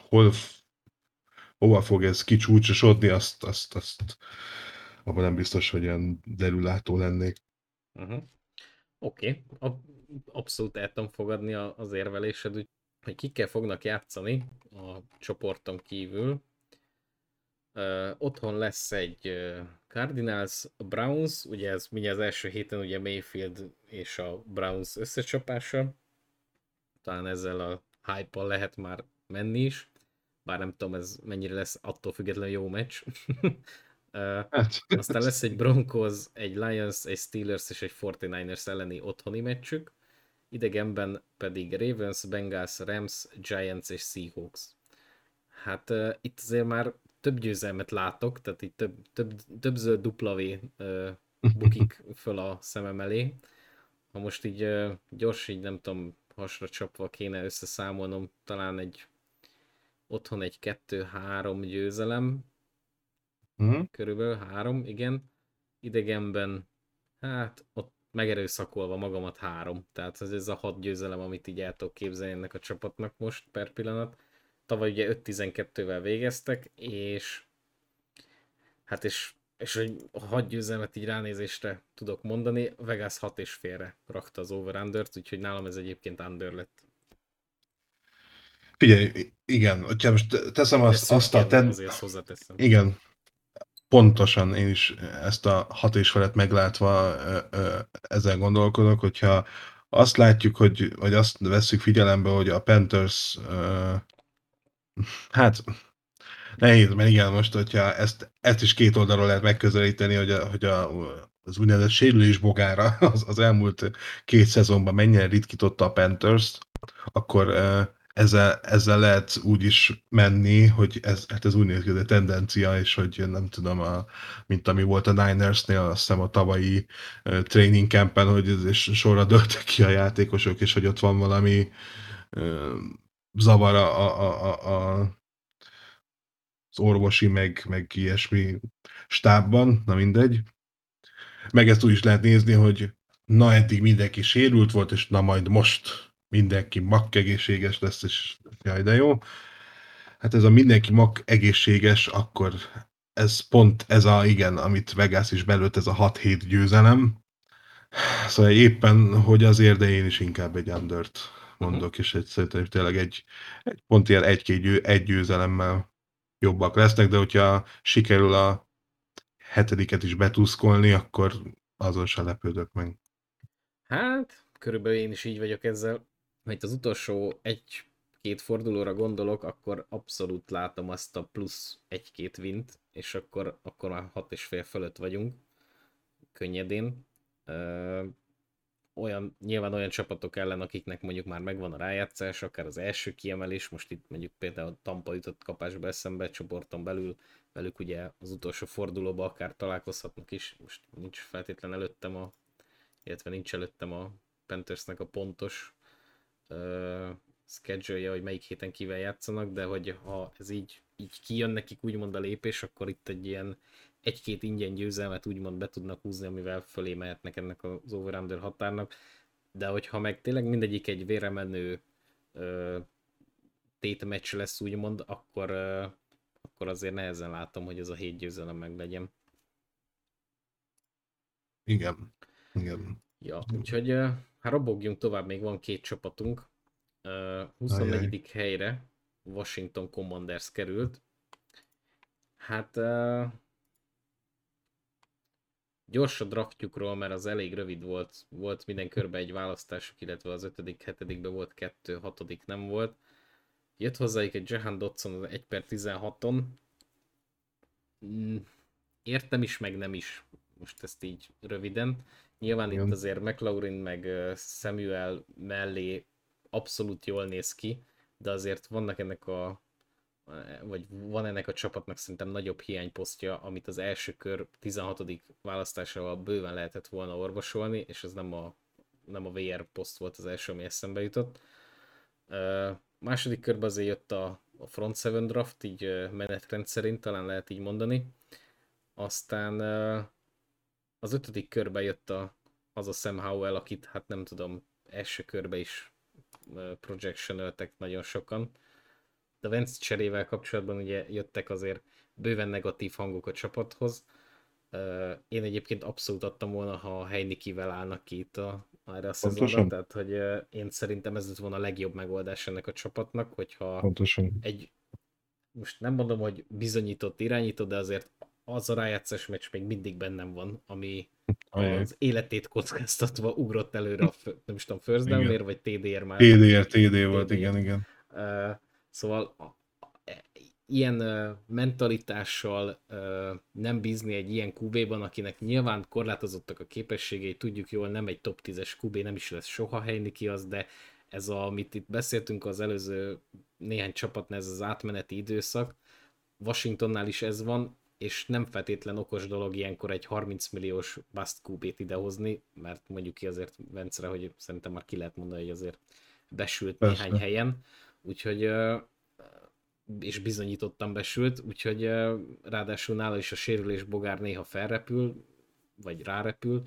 Speaker 2: hova fog ez kicsúcsosodni, azt abban nem biztos, hogy ilyen derülátó lennék.
Speaker 1: Uh-huh. Oké, abszolút el tudom fogadni az érvelésed, hogy kikkel fognak játszani a csoporton kívül. Otthon lesz egy Cardinals, Browns, ugye ez mindjárt az első héten ugye Mayfield és a Browns összecsapása. Talán ezzel a hype-al lehet már menni is, bár nem tudom ez mennyire lesz attól függetlenül jó meccs.
Speaker 2: Hát,
Speaker 1: Aztán lesz egy Broncos, egy Lions, egy Steelers és egy 49ers elleni otthoni meccsük, idegenben pedig Ravens, Bengals, Rams, Giants és Seahawks. Hát itt azért már több győzelmet látok, tehát itt többször W bukik föl a szemem elé. Ha most így gyors, így nem tudom, hasra csapva kéne összeszámolnom, talán otthon egy 2-3 győzelem,
Speaker 2: mhm.
Speaker 1: körülbelül 3, igen. Idegenben, hát ott megerőszakolva magamat 3. Tehát ez a 6 győzelem, amit így el tudok képzelni ennek a csapatnak most per pillanat. Tavaly ugye 5-12-vel végeztek, és hát és hogy a 6 győzelmet így ránézésre tudok mondani, Vegas 6 és félre rakta az over-undert, úgyhogy nálam ez egyébként under lett.
Speaker 2: Figyelj, igen, hogyha most teszem
Speaker 1: De
Speaker 2: azt a...
Speaker 1: szürkén azért azt hozzáteszem.
Speaker 2: Igen, pontosan én is ezt a 6,5-et meglátva ezzel gondolkodok, hogyha azt látjuk, vagy azt vesszük figyelembe, hogy a Panthers hát nehéz, mert igen, most, hogyha ezt is két oldalról lehet megközelíteni, az úgynevezett sérülés bogára az elmúlt két szezonban mennyire ritkította a Panthers-t, akkor ezzel lehet úgy is menni, hogy ez úgy néz ki, hogy a tendencia, és hogy nem tudom, mint ami volt a Ninersnél, azt hiszem a tavalyi training campen, hogy és sorra dőltek ki a játékosok, és hogy ott van valami zavar az orvosi, meg ilyesmi stábban, na mindegy. Meg ezt úgy is lehet nézni, hogy na eddig mindenki sérült volt, és na majd most mindenki makkegészséges lesz, és jaj, de jó. Hát ez a mindenki mak egészséges, akkor ez pont ez igen, amit Vegas is belőtt, ez a 6-7 győzelem, Szóval éppen, hogy azért, de én is inkább egy undert
Speaker 1: Uh-huh.
Speaker 2: mondok, és szerintem tényleg egy pont ilyen egy győzelemmel jobbak lesznek, de hogyha sikerül a hetediket is betuszkolni, akkor azon se lepődök meg.
Speaker 1: Hát, körülbelül én is így vagyok ezzel. Ha itt az utolsó egy-két fordulóra gondolok, akkor abszolút látom azt a plusz egy-két vint, és akkor már 6,5 fölött vagyunk, könnyedén. Ö, nyilván olyan csapatok ellen, akiknek mondjuk már megvan a rájátszás, akár az első kiemelés, most itt mondjuk például a Tampa jutott kapásba eszembe, csoporton belül, velük ugye az utolsó fordulóba akár találkozhatnak is, most nincs feltétlen előttem illetve nincs előttem a Panthersnek a pontos schedule-je, hogy melyik héten kivel játszanak, de hogy ha ez így kijön nekik úgymond a lépés, akkor itt egy ilyen egy-két ingyen győzelmet úgymond be tudnak húzni, amivel fölé mehetnek ennek az over-under határnak, de hogyha meg tényleg mindegyik egy véremenő tétmeccs lesz úgymond, akkor azért nehezen látom, hogy ez a 7 győzelem meg legyen.
Speaker 2: Igen. Igen.
Speaker 1: Ja, úgyhogy hát robogjunk tovább, még van két csapatunk.
Speaker 2: Ajaj.
Speaker 1: 24. helyre Washington Commanders került. Hát gyors a draftjukról, mert az elég rövid volt. Volt minden körben egy választásuk, illetve az 5., 7. volt 2, 6. nem volt. Jött hozzájuk egy Jahan Dotson az 1/16-on. Mm, Értem is, meg nem is. Most ezt így röviden. Nyilván itt
Speaker 2: Igen.
Speaker 1: azért McLaurin meg Samuel mellé abszolút jól néz ki, de azért vannak vagy van ennek a csapatnak szerintem nagyobb hiányposztja, amit az első kör 16. választásával bőven lehetett volna orvosolni, és ez nem a VR poszt volt az első, ami eszembe jutott. Második körben azért jött a Front Seven draft, így menetrend szerint talán lehet így mondani. Aztán az 5. körben jött az a Sam Howell, akit hát nem tudom, első körbe is projection-öltek nagyon sokan. De Vance cserével kapcsolatban ugye jöttek azért bőven negatív hangok a csapathoz. Én egyébként abszolút adtam volna, ha a Heinikivel állnak ki itt erre a szezonra,
Speaker 2: Pontosan?
Speaker 1: tehát hogy én szerintem ez lett volna a legjobb megoldás ennek a csapatnak, hogyha
Speaker 2: Pontosan.
Speaker 1: egy, most nem mondom, hogy bizonyított irányító, de azért az a rájátszás meccs még mindig bennem van, ami
Speaker 2: Ajaj.
Speaker 1: az életét kockáztatva ugrott előre nem is tudom, first downért,
Speaker 2: Igen.
Speaker 1: vagy TD-ért már.
Speaker 2: TD volt,
Speaker 1: TD-ért.
Speaker 2: igen, igen.
Speaker 1: Szóval ilyen mentalitással nem bízni egy ilyen QB-ban, akinek nyilván korlátozottak a képességei, tudjuk jól, nem egy top 10-es QB, nem is lesz soha Heineke az, de amit itt beszéltünk az előző néhány csapatnál, ez az átmeneti időszak, Washingtonnál is ez van, és nem feltétlen okos dolog ilyenkor egy 30 milliós bust QB-t idehozni, mert mondjuk ki azért Vencre, hogy szerintem már ki lehet mondani, hogy azért besült néhány
Speaker 2: Persze.
Speaker 1: helyen, úgyhogy és bizonyítottan besült, úgyhogy ráadásul nála is a sérülés bogár néha felrepül, vagy rárepül,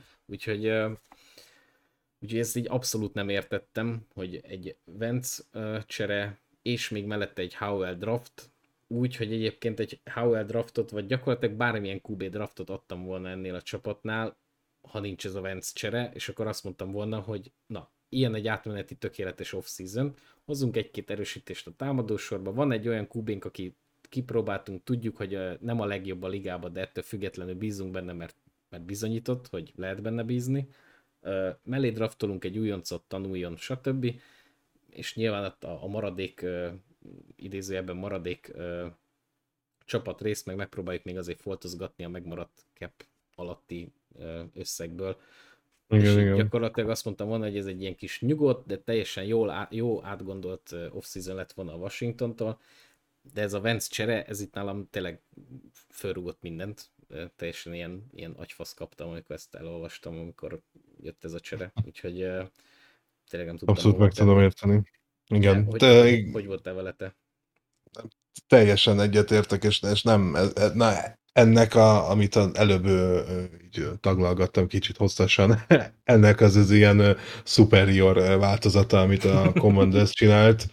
Speaker 1: úgyhogy ezt így abszolút nem értettem, hogy egy Vance csere, és még mellette egy Howell draft, úgy, hogy egyébként egy Howell draftot, vagy gyakorlatilag bármilyen QB draftot adtam volna ennél a csapatnál, ha nincs ez a Vance csere, és akkor azt mondtam volna, hogy na, ilyen egy átmeneti tökéletes off-season, hozzunk egy-két erősítést a támadósorba, van egy olyan QB-nk, aki kipróbáltunk, tudjuk, hogy nem a legjobb a ligában, de ettől függetlenül bízunk benne, mert bizonyított, hogy lehet benne bízni. Mellé draftolunk egy újoncot, tanuljon, stb. És nyilván a maradék, idézőjelben maradék csapat részt meg megpróbáljuk még azért foltozgatni a megmaradt cap alatti összegből. És
Speaker 2: Igen,
Speaker 1: így
Speaker 2: igen.
Speaker 1: gyakorlatilag azt mondtam volna, hogy ez egy ilyen kis nyugodt, de teljesen jó átgondolt off-season lett volna a Washingtontól, de ez a Vance csere, ez itt nálam tényleg fölrúgott mindent. Teljesen ilyen agyfasz kaptam, amikor ezt elolvastam, amikor jött ez a csere. Úgyhogy tényleg nem tudtam
Speaker 2: Abszolút
Speaker 1: hova
Speaker 2: meg tudom
Speaker 1: tenni.
Speaker 2: érteni.
Speaker 1: De
Speaker 2: Igen.
Speaker 1: hogy voltál vele te?
Speaker 2: Teljesen egyetértek, és nem, ennek, amit előbb így taglalgattam kicsit hosszasan, ennek az ilyen superior változata, amit a Commanders csinált.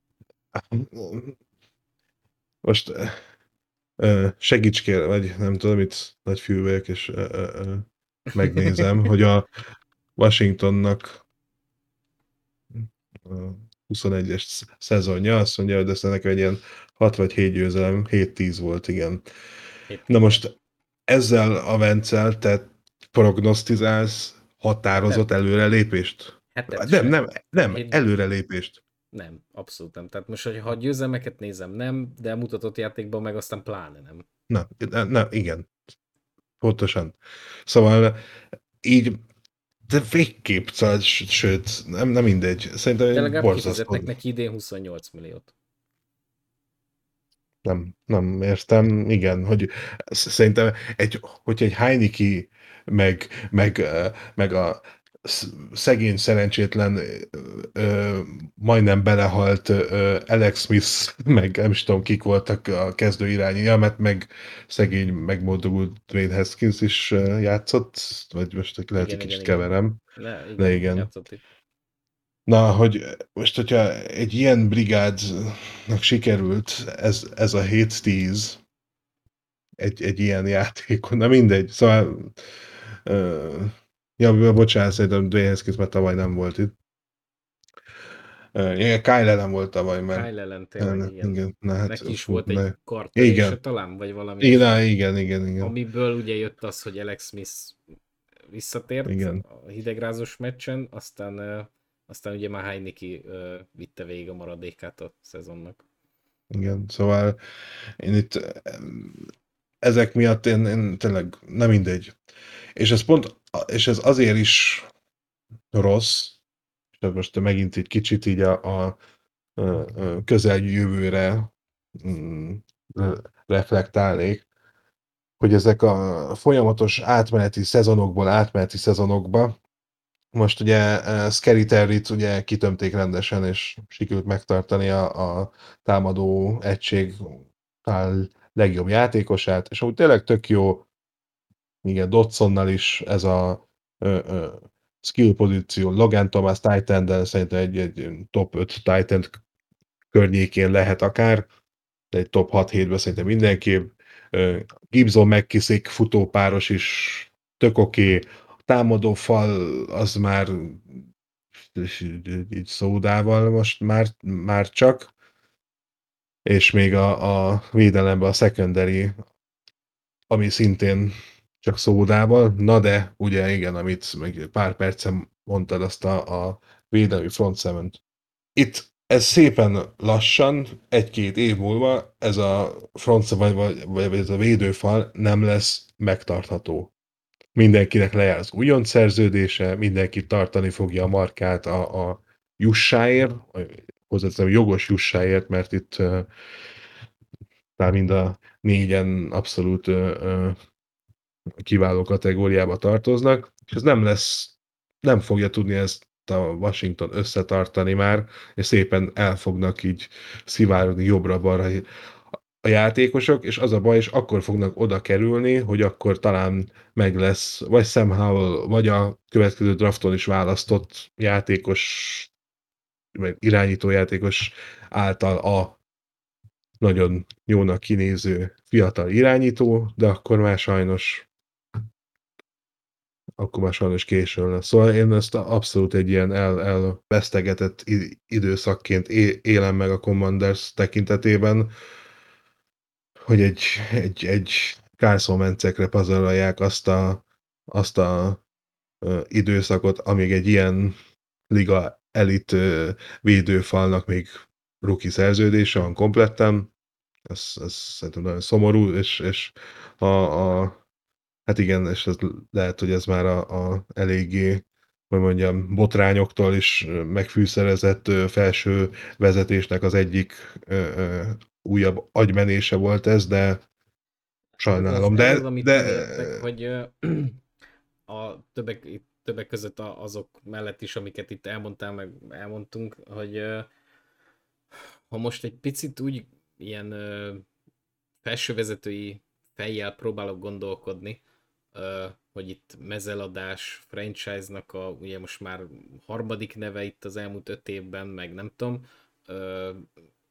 Speaker 2: Most segíts kér, vagy nem tudom, itt nagy fülvelyek, és megnézem, hogy Washingtonnak a 21-es szezonja, azt mondja, hogy ezt nekem egy ilyen 6 vagy 7 győzelem, 7-10 volt, igen. Na
Speaker 1: 7-10-e.
Speaker 2: most ezzel a Vencel te prognosztizálsz
Speaker 1: Hát
Speaker 2: határozott
Speaker 1: nem.
Speaker 2: előrelépést?
Speaker 1: Hetet
Speaker 2: Nem,
Speaker 1: se.
Speaker 2: nem, nem,
Speaker 1: 7
Speaker 2: előrelépést.
Speaker 1: Nem, abszolút nem. Tehát most, ha a győzelmeket nézem, nem, de mutatott játékban meg aztán pláne nem.
Speaker 2: Na, igen, pontosan. Szóval így, de végképp, szóval, sőt, nem mindegy. Szerintem
Speaker 1: De
Speaker 2: egy
Speaker 1: legalább
Speaker 2: borzasztó.
Speaker 1: kifizetnek neki idén 28 milliót.
Speaker 2: Nem értem, igen, hogy szerintem hogyha egy Heineke meg a szegény, szerencsétlen, majdnem belehalt Alex Smith, meg nem is tudom, kik voltak a kezdő irányi, mert meg szegény, megboldogult Dwayne Haskins is játszott, vagy most lehet, hogy
Speaker 1: Igen, igen,
Speaker 2: kicsit
Speaker 1: igen.
Speaker 2: keverem, de
Speaker 1: Igen,
Speaker 2: igen.
Speaker 1: játszott itt.
Speaker 2: Na, hogy most, hogyha egy ilyen brigádnak sikerült ez a 7-10 egy ilyen játékon, na mindegy, szóval ja, bocsánat, szerintem Dwayne Haskins már tavaly nem volt itt. Igen, Kyle nem volt tavaly, mert
Speaker 1: Kyle ellen tényleg, igen.
Speaker 2: igen, na hát,
Speaker 1: Neki is
Speaker 2: fú,
Speaker 1: volt egy kartörése
Speaker 2: igen,
Speaker 1: talán, vagy valami
Speaker 2: igen,
Speaker 1: ilyesmi.
Speaker 2: igen,
Speaker 1: Amiből ugye jött az, hogy Alex Smith visszatért
Speaker 2: igen,
Speaker 1: a hidegrázós meccsen, aztán ugye már Heineke vitte végig a maradékát a szezonnak.
Speaker 2: igen, szóval én itt ezek miatt én tényleg nem mindegy. És ez pont, és ez azért is rossz, és most megint egy kicsit így a közeljövőre mm, reflektálnék, hogy ezek a folyamatos átmeneti szezonokba, most ugye Scary Terry-t ugye kitömték rendesen, és sikerült megtartani a támadó egység talán legjobb játékosát, és úgy tényleg tök jó, igen, Dodsonnal is ez a ö, skill pozíció, Logan Thomas Titan-del szerintem egy top 5 Titan környékén lehet akár, de egy top 6-7-ben szerintem mindenképp. Gibson McKissick futópáros is tök oké. A támadó fal az már így szódával most már csak, és még a védelemben a secondary, ami szintén csak szódával, na de ugye igen, amit meg pár percen mondtad, azt a védelmi front seven. Itt ez szépen lassan, 1-2 év múlva ez a francia vagy ez a védőfal nem lesz megtartható. Mindenkinek lejár az újonc szerződése, mindenki tartani fogja a markát a jussáért, hozzáteszem jogos jussáért, mert itt talán mind a négyen abszolút kiváló kategóriába tartoznak, és ez nem fogja tudni ezt a Washington összetartani már, és szépen el fognak így szivárogni jobbra-balra a játékosok, és az a baj, és akkor fognak oda kerülni, hogy akkor talán meg lesz, vagy Sam Howell, vagy a következő drafton is választott játékos, vagy irányító játékos által a nagyon jónak kinéző fiatal irányító, de akkor már sajnos későn lesz. Szóval én ezt abszolút egy ilyen elvesztegetett időszakként élem meg a Commanders tekintetében, hogy egy Carson Wentzekre pazarolják azt a időszakot, amíg egy ilyen liga elit védőfalnak még rookie szerződése van kompletten. Ez szerintem nagyon szomorú, és a hát igen, és ez lehet, hogy ez már a eléggé, hogy mondjam, botrányoktól is megfűszerezett felső vezetésnek az egyik újabb agymenése volt ez, de
Speaker 1: Hát
Speaker 2: sajnálom.
Speaker 1: ez az,
Speaker 2: De,
Speaker 1: amit nem
Speaker 2: de
Speaker 1: értek, hogy többek között azok mellett is, amiket itt elmondtál, meg elmondtunk, hogy ha most egy picit úgy ilyen felsővezetői fejjel próbálok gondolkodni, hogy itt mezeladás, franchise-nak ugye most már harmadik neve itt az elmúlt 5 évben, meg nem tudom,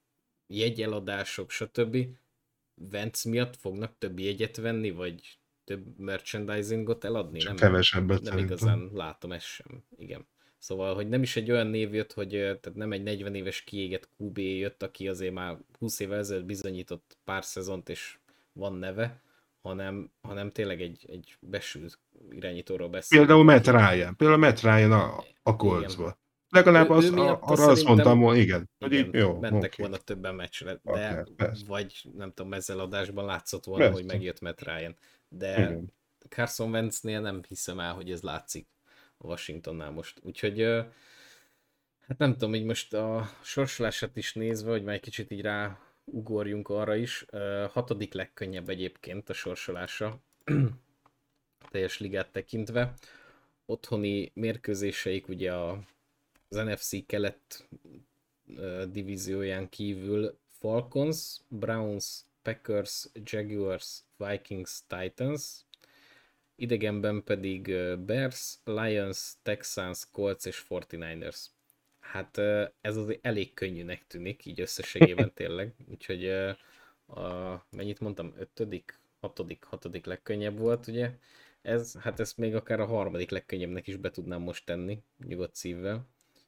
Speaker 1: jegyeladások, stb. Vence miatt fognak több jegyet venni, vagy több merchandisingot eladni?
Speaker 2: Csak
Speaker 1: Nem,
Speaker 2: kevesebbet
Speaker 1: nem
Speaker 2: szerintem.
Speaker 1: igazán látom ezt sem. Igen. Szóval, hogy nem is egy olyan név jött, hogy tehát nem egy 40 éves kiégett QB jött, aki azért már 20 évvel ezelőtt bizonyított pár szezont, és van neve, hanem tényleg egy besült irányítóról
Speaker 2: Például
Speaker 1: beszélünk,
Speaker 2: Matt
Speaker 1: aki
Speaker 2: Ryan. Például Matt Ryan a
Speaker 1: igen.
Speaker 2: Coltsba. Legalább
Speaker 1: Ő miatta
Speaker 2: arra azt mondtam,
Speaker 1: szerintem
Speaker 2: hogy igen, hogy így
Speaker 1: igen,
Speaker 2: jó,
Speaker 1: mentek
Speaker 2: oké.
Speaker 1: volna többen meccsre, de
Speaker 2: Akár, persze.
Speaker 1: vagy nem tudom, ezzel adásban látszott volna, hogy
Speaker 2: Persze.
Speaker 1: megjött Matt Ryan. De
Speaker 2: Igen.
Speaker 1: Carson Wentznél nem hiszem el, hogy ez látszik a Washingtonnál most. Úgyhogy hát nem tudom, így most a sorsolását is nézve, hogy már egy kicsit így ráugorjunk arra is. Hatodik legkönnyebb egyébként a sorsolása, teljes ligát tekintve. Otthoni mérkőzéseik ugye az NFC kelet divízióján kívül Falcons, Browns, Packers, Jaguars, Vikings, Titans, idegenben pedig Bears, Lions, Texans, Colts és 49ers. Hát ez azért elég könnyűnek tűnik, így összességében tényleg, úgyhogy mennyit mondtam, hatodik legkönnyebb volt, ugye? Hát ezt még akár a harmadik legkönnyebbnek is be tudnám most tenni, nyugodt szívvel.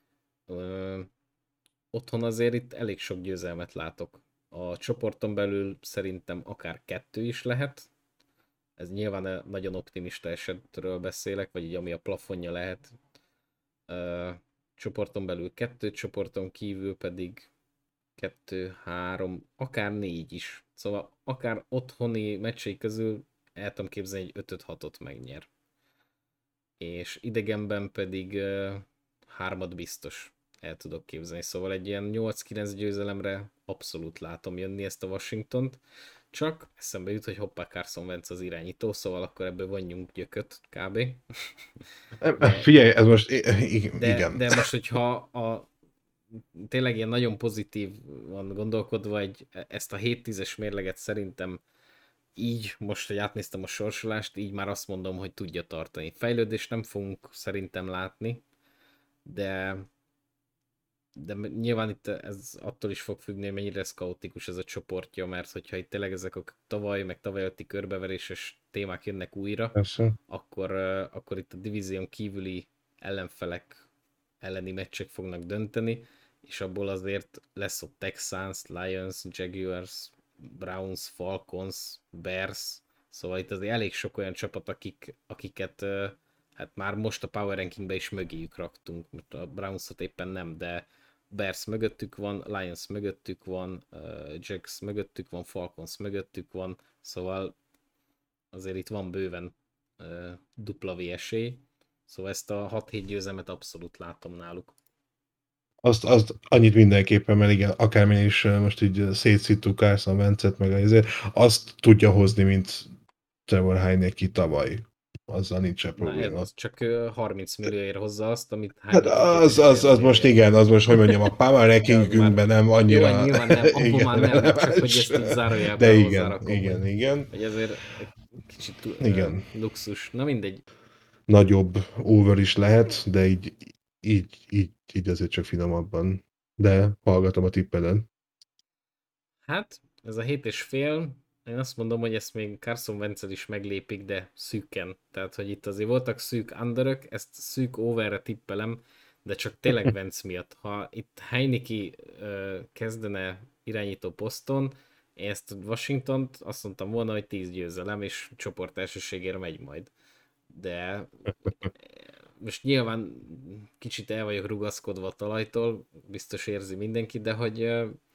Speaker 1: Otthon azért itt elég sok győzelmet látok. A csoporton belül szerintem akár 2 is lehet. Ez nyilván nagyon optimista esetről beszélek, vagy így ami a plafonja lehet. Csoporton belül 2, csoporton kívül pedig 2, 3, akár 4 is. Szóval akár otthoni meccsei közül el tudom képzelni, hogy 5-6-ot megnyer. És idegenben pedig 3 biztos el tudok képzelni. Szóval egy ilyen 8-9 győzelemre abszolút látom jönni ezt a Washingtont. Csak eszembe jut, hogy hoppá, Carson Wentz az irányító, szóval akkor ebből vonjunk gyököt kb. De,
Speaker 2: Figyelj, ez most igen.
Speaker 1: de most, hogyha tényleg ilyen nagyon pozitív van gondolkodva, ezt a 7-10-es mérleget szerintem így, most, hogy átnéztem a sorsolást, így már azt mondom, hogy tudja tartani. Fejlődést nem fogunk szerintem látni, de nyilván itt ez attól is fog függni, hogy mennyire szkautikus ez a csoportja, mert hogyha itt tényleg ezek a meg tavaly előtti körbeveréses témák jönnek újra,
Speaker 2: Persze.
Speaker 1: akkor itt a divízión kívüli ellenfelek elleni meccsek fognak dönteni, és abból azért lesz ott Texans, Lions, Jaguars, Browns, Falcons, Bears, szóval itt azért elég sok olyan csapat, akiket hát már most a Power Rankingbe is mögéjük raktunk, mert a Brownsot éppen nem, de Bears mögöttük van, Lions mögöttük van, Jags mögöttük van, Falcons mögöttük van, szóval azért itt van bőven dupla V esély, szóval ezt a 6-7 győzelmet abszolút látom náluk.
Speaker 2: Azt annyit mindenképpen, mert igen, akármilyen is most így szétszíttuk Carson Wentzet, meg azt tudja hozni, mint Trevor Heineke tavaly. Azzal nincs se
Speaker 1: Na ez
Speaker 2: probléma.
Speaker 1: az, csak 30 millióért hozza azt, amit
Speaker 2: Hát
Speaker 1: Heineke 2,5
Speaker 2: az most
Speaker 1: millióért.
Speaker 2: igen, az most, hogy mondjam, a power
Speaker 1: De az már,
Speaker 2: rankingünkben nem
Speaker 1: jó,
Speaker 2: annyira
Speaker 1: nyilván nem, abban
Speaker 2: igen,
Speaker 1: már nem, csak hogy
Speaker 2: releváns.
Speaker 1: ezt így
Speaker 2: De
Speaker 1: zárójelben
Speaker 2: igen,
Speaker 1: hozzárakom,
Speaker 2: igen, igen,
Speaker 1: hogy ezért egy kicsit
Speaker 2: igen.
Speaker 1: luxus. Na mindegy.
Speaker 2: Nagyobb over is lehet, de így azért csak finomabban. De hallgatom a tippedet.
Speaker 1: Hát, ez a 7,5, én azt mondom, hogy ezt még Carson wentz is meglépik, de szűken. Tehát, hogy itt azért voltak szűk underök, ezt szűk overre tippelem, de csak tényleg Wentz miatt. Ha itt Heineke kezdene irányító poszton, én ezt Washingtont azt mondtam volna, hogy 10 győzelem, és csoport elsőségére megy majd. De most nyilván kicsit el vagyok rugaszkodva a talajtól, biztos érzi mindenki, de hogy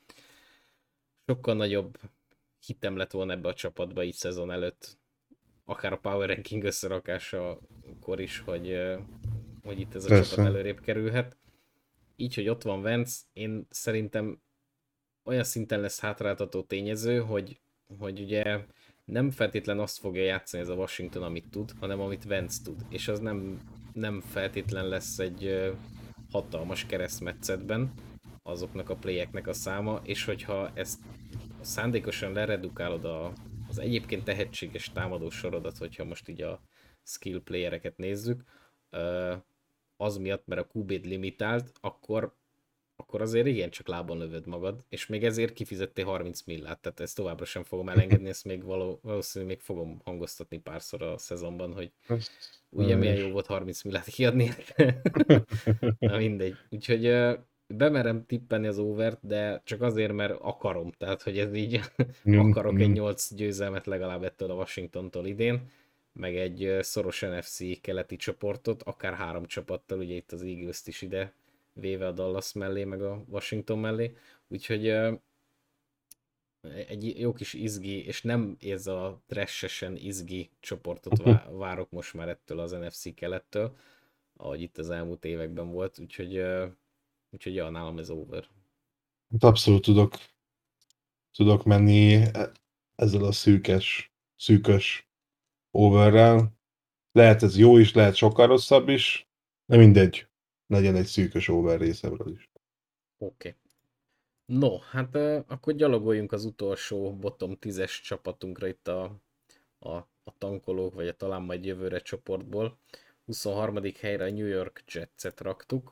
Speaker 1: sokkal nagyobb hitem lett volna ebbe a csapatba így szezon előtt, akár a Power Ranking összerakásakor is, hogy itt ez a csapat
Speaker 2: Persze.
Speaker 1: előrébb kerülhet. Így, hogy ott van Wentz, én szerintem olyan szinten lesz hátráltató tényező, hogy ugye nem feltétlen azt fogja játszani ez a Washington, amit tud, hanem amit Wentz tud. És az nem feltétlen lesz egy hatalmas keresztmetszetben azoknak a playeknek a száma, és hogyha ezt szándékosan leredukálod az egyébként tehetséges támadó sorodat, hogyha most így a skill playereket nézzük, az miatt, mert a QB-d limitált, akkor akkor azért igen, csak lábon lövöd magad, és még ezért kifizettél 30 millát, tehát ezt továbbra sem fogom elengedni, ezt még valószínűleg még fogom hangoztatni párszor a szezonban, hogy
Speaker 2: Ezt
Speaker 1: ugye
Speaker 2: nagyon
Speaker 1: milyen jó
Speaker 2: is.
Speaker 1: volt 30 millát kiadni. Na mindegy. Úgyhogy bemerem tippelni az overt, de csak azért, mert akarom. Tehát, hogy ez így akarok egy 8 győzelmet legalább ettől a Washingtontól idén, meg egy szoros NFC keleti csoportot, akár 3 csapattal, ugye itt az Eagles-t is ide véve a Dallas mellé, meg a Washington mellé. Úgyhogy egy jó kis izgi, és nem ez a trashesen izgi csoportot várok most már ettől az NFC kelettől, ahogy itt az elmúlt években volt, úgyhogy ja, nálam ez over.
Speaker 2: Abszolút tudok menni ezzel a szűkös overrel. Lehet ez jó is, lehet sokkal rosszabb is, de mindegy, legyen egy szűkös over részemről is.
Speaker 1: Oké. No, hát akkor gyalogoljunk az utolsó bottom 10-es csapatunkra itt a tankolók, vagy a talán majd jövőre csoportból. 23. helyre a New York Jetset raktuk.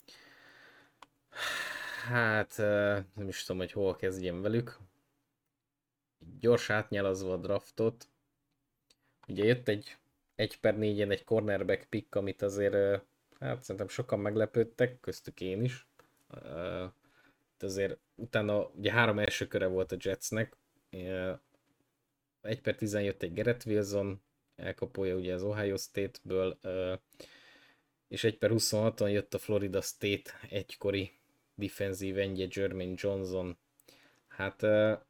Speaker 1: Hát nem is tudom, hogy hol kezdjem velük. Gyors átnyelazva a draftot. Ugye jött egy 1/4-en egy cornerback pick, amit azért hát szerintem sokan meglepődtek, köztük én is. Azért utána ugye 3 első köre volt a Jetsnek. 1/10 jött egy Garrett Wilson, elkapója ugye az Ohio State-ből, és 1/26-on jött a Florida State egykori defensív endje Jermaine Johnson. Hát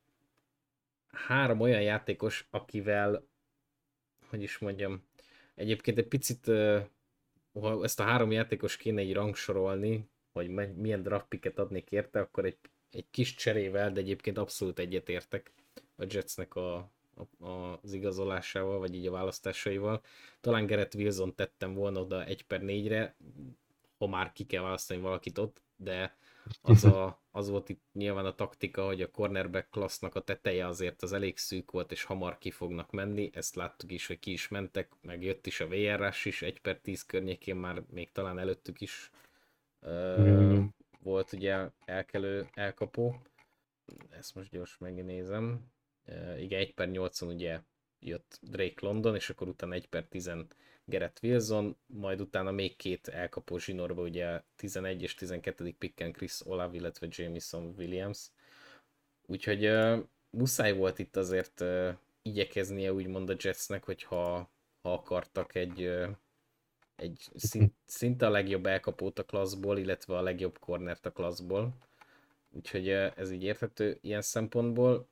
Speaker 1: 3 olyan játékos, akivel, hogy is mondjam, egyébként egy picit, ha ezt a 3 játékos kéne egy rangsorolni, hogy milyen draft picket adnék érte, akkor egy kis cserével, de egyébként abszolút egyetértek a Jetsnek az igazolásával, vagy így a választásaival. Talán Garrett Wilson tettem volna oda 1/4-re, ha már ki kell választani valakit ott, de az volt itt nyilván a taktika, hogy a cornerback klassznak a teteje azért az elég szűk volt, és hamar ki fognak menni. Ezt láttuk is, hogy ki is mentek, meg jött is a VRS is, 1/10 környékén már még talán előttük is
Speaker 2: Igen.
Speaker 1: volt ugye elkelő, elkapó. Ezt most gyors megnézem. Igen, 1/8-on ugye jött Drake London, és akkor utána 1/10 Garrett Wilson, majd utána még 2 elkapó zsinórba, ugye 11 és 12. picken Chris Olave, illetve Jameson Williams. Úgyhogy muszáj volt itt azért igyekeznie úgymond a Jetsnek, ha akartak egy szinte a legjobb elkapót a klasszból, illetve a legjobb cornert a klasszból. Úgyhogy ez így érthető ilyen szempontból.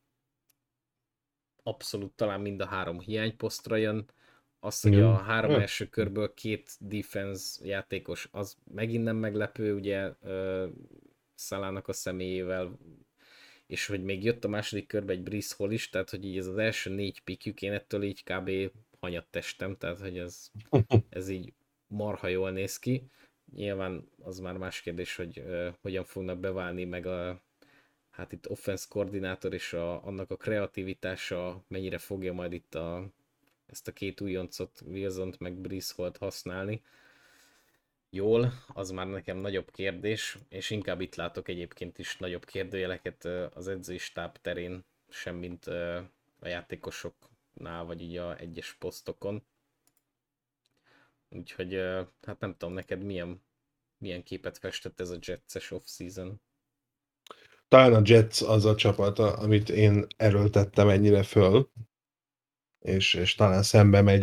Speaker 1: Abszolút talán mind a 3 hiányposztra jön. Az, hogy a
Speaker 2: Igen.
Speaker 1: 3 első körből 2 defense játékos, az megint nem meglepő, ugye Szalának a személyével, és hogy még jött a második körbe egy Breece Hall is, tehát hogy így ez az első 4 pikjük, én ettől így kb. Hanyat testem, tehát hogy ez így marha jól néz ki. Nyilván az már más kérdés, hogy hogyan fognak beválni, meg hát itt offense koordinátor és annak a kreativitása mennyire fogja majd itt ezt a 2 újoncot, Wilsont meg Breece Hallt használni. Jól, az már nekem nagyobb kérdés, és inkább itt látok egyébként is nagyobb kérdőjeleket az edzői stáb terén, semmint a játékosoknál, vagy így a egyes posztokon. Úgyhogy hát nem tudom, neked milyen képet festett ez a Jets-es off-season?
Speaker 2: Talán a Jets az a csapat, amit én erőltettem ennyire föl, és talán szembe megy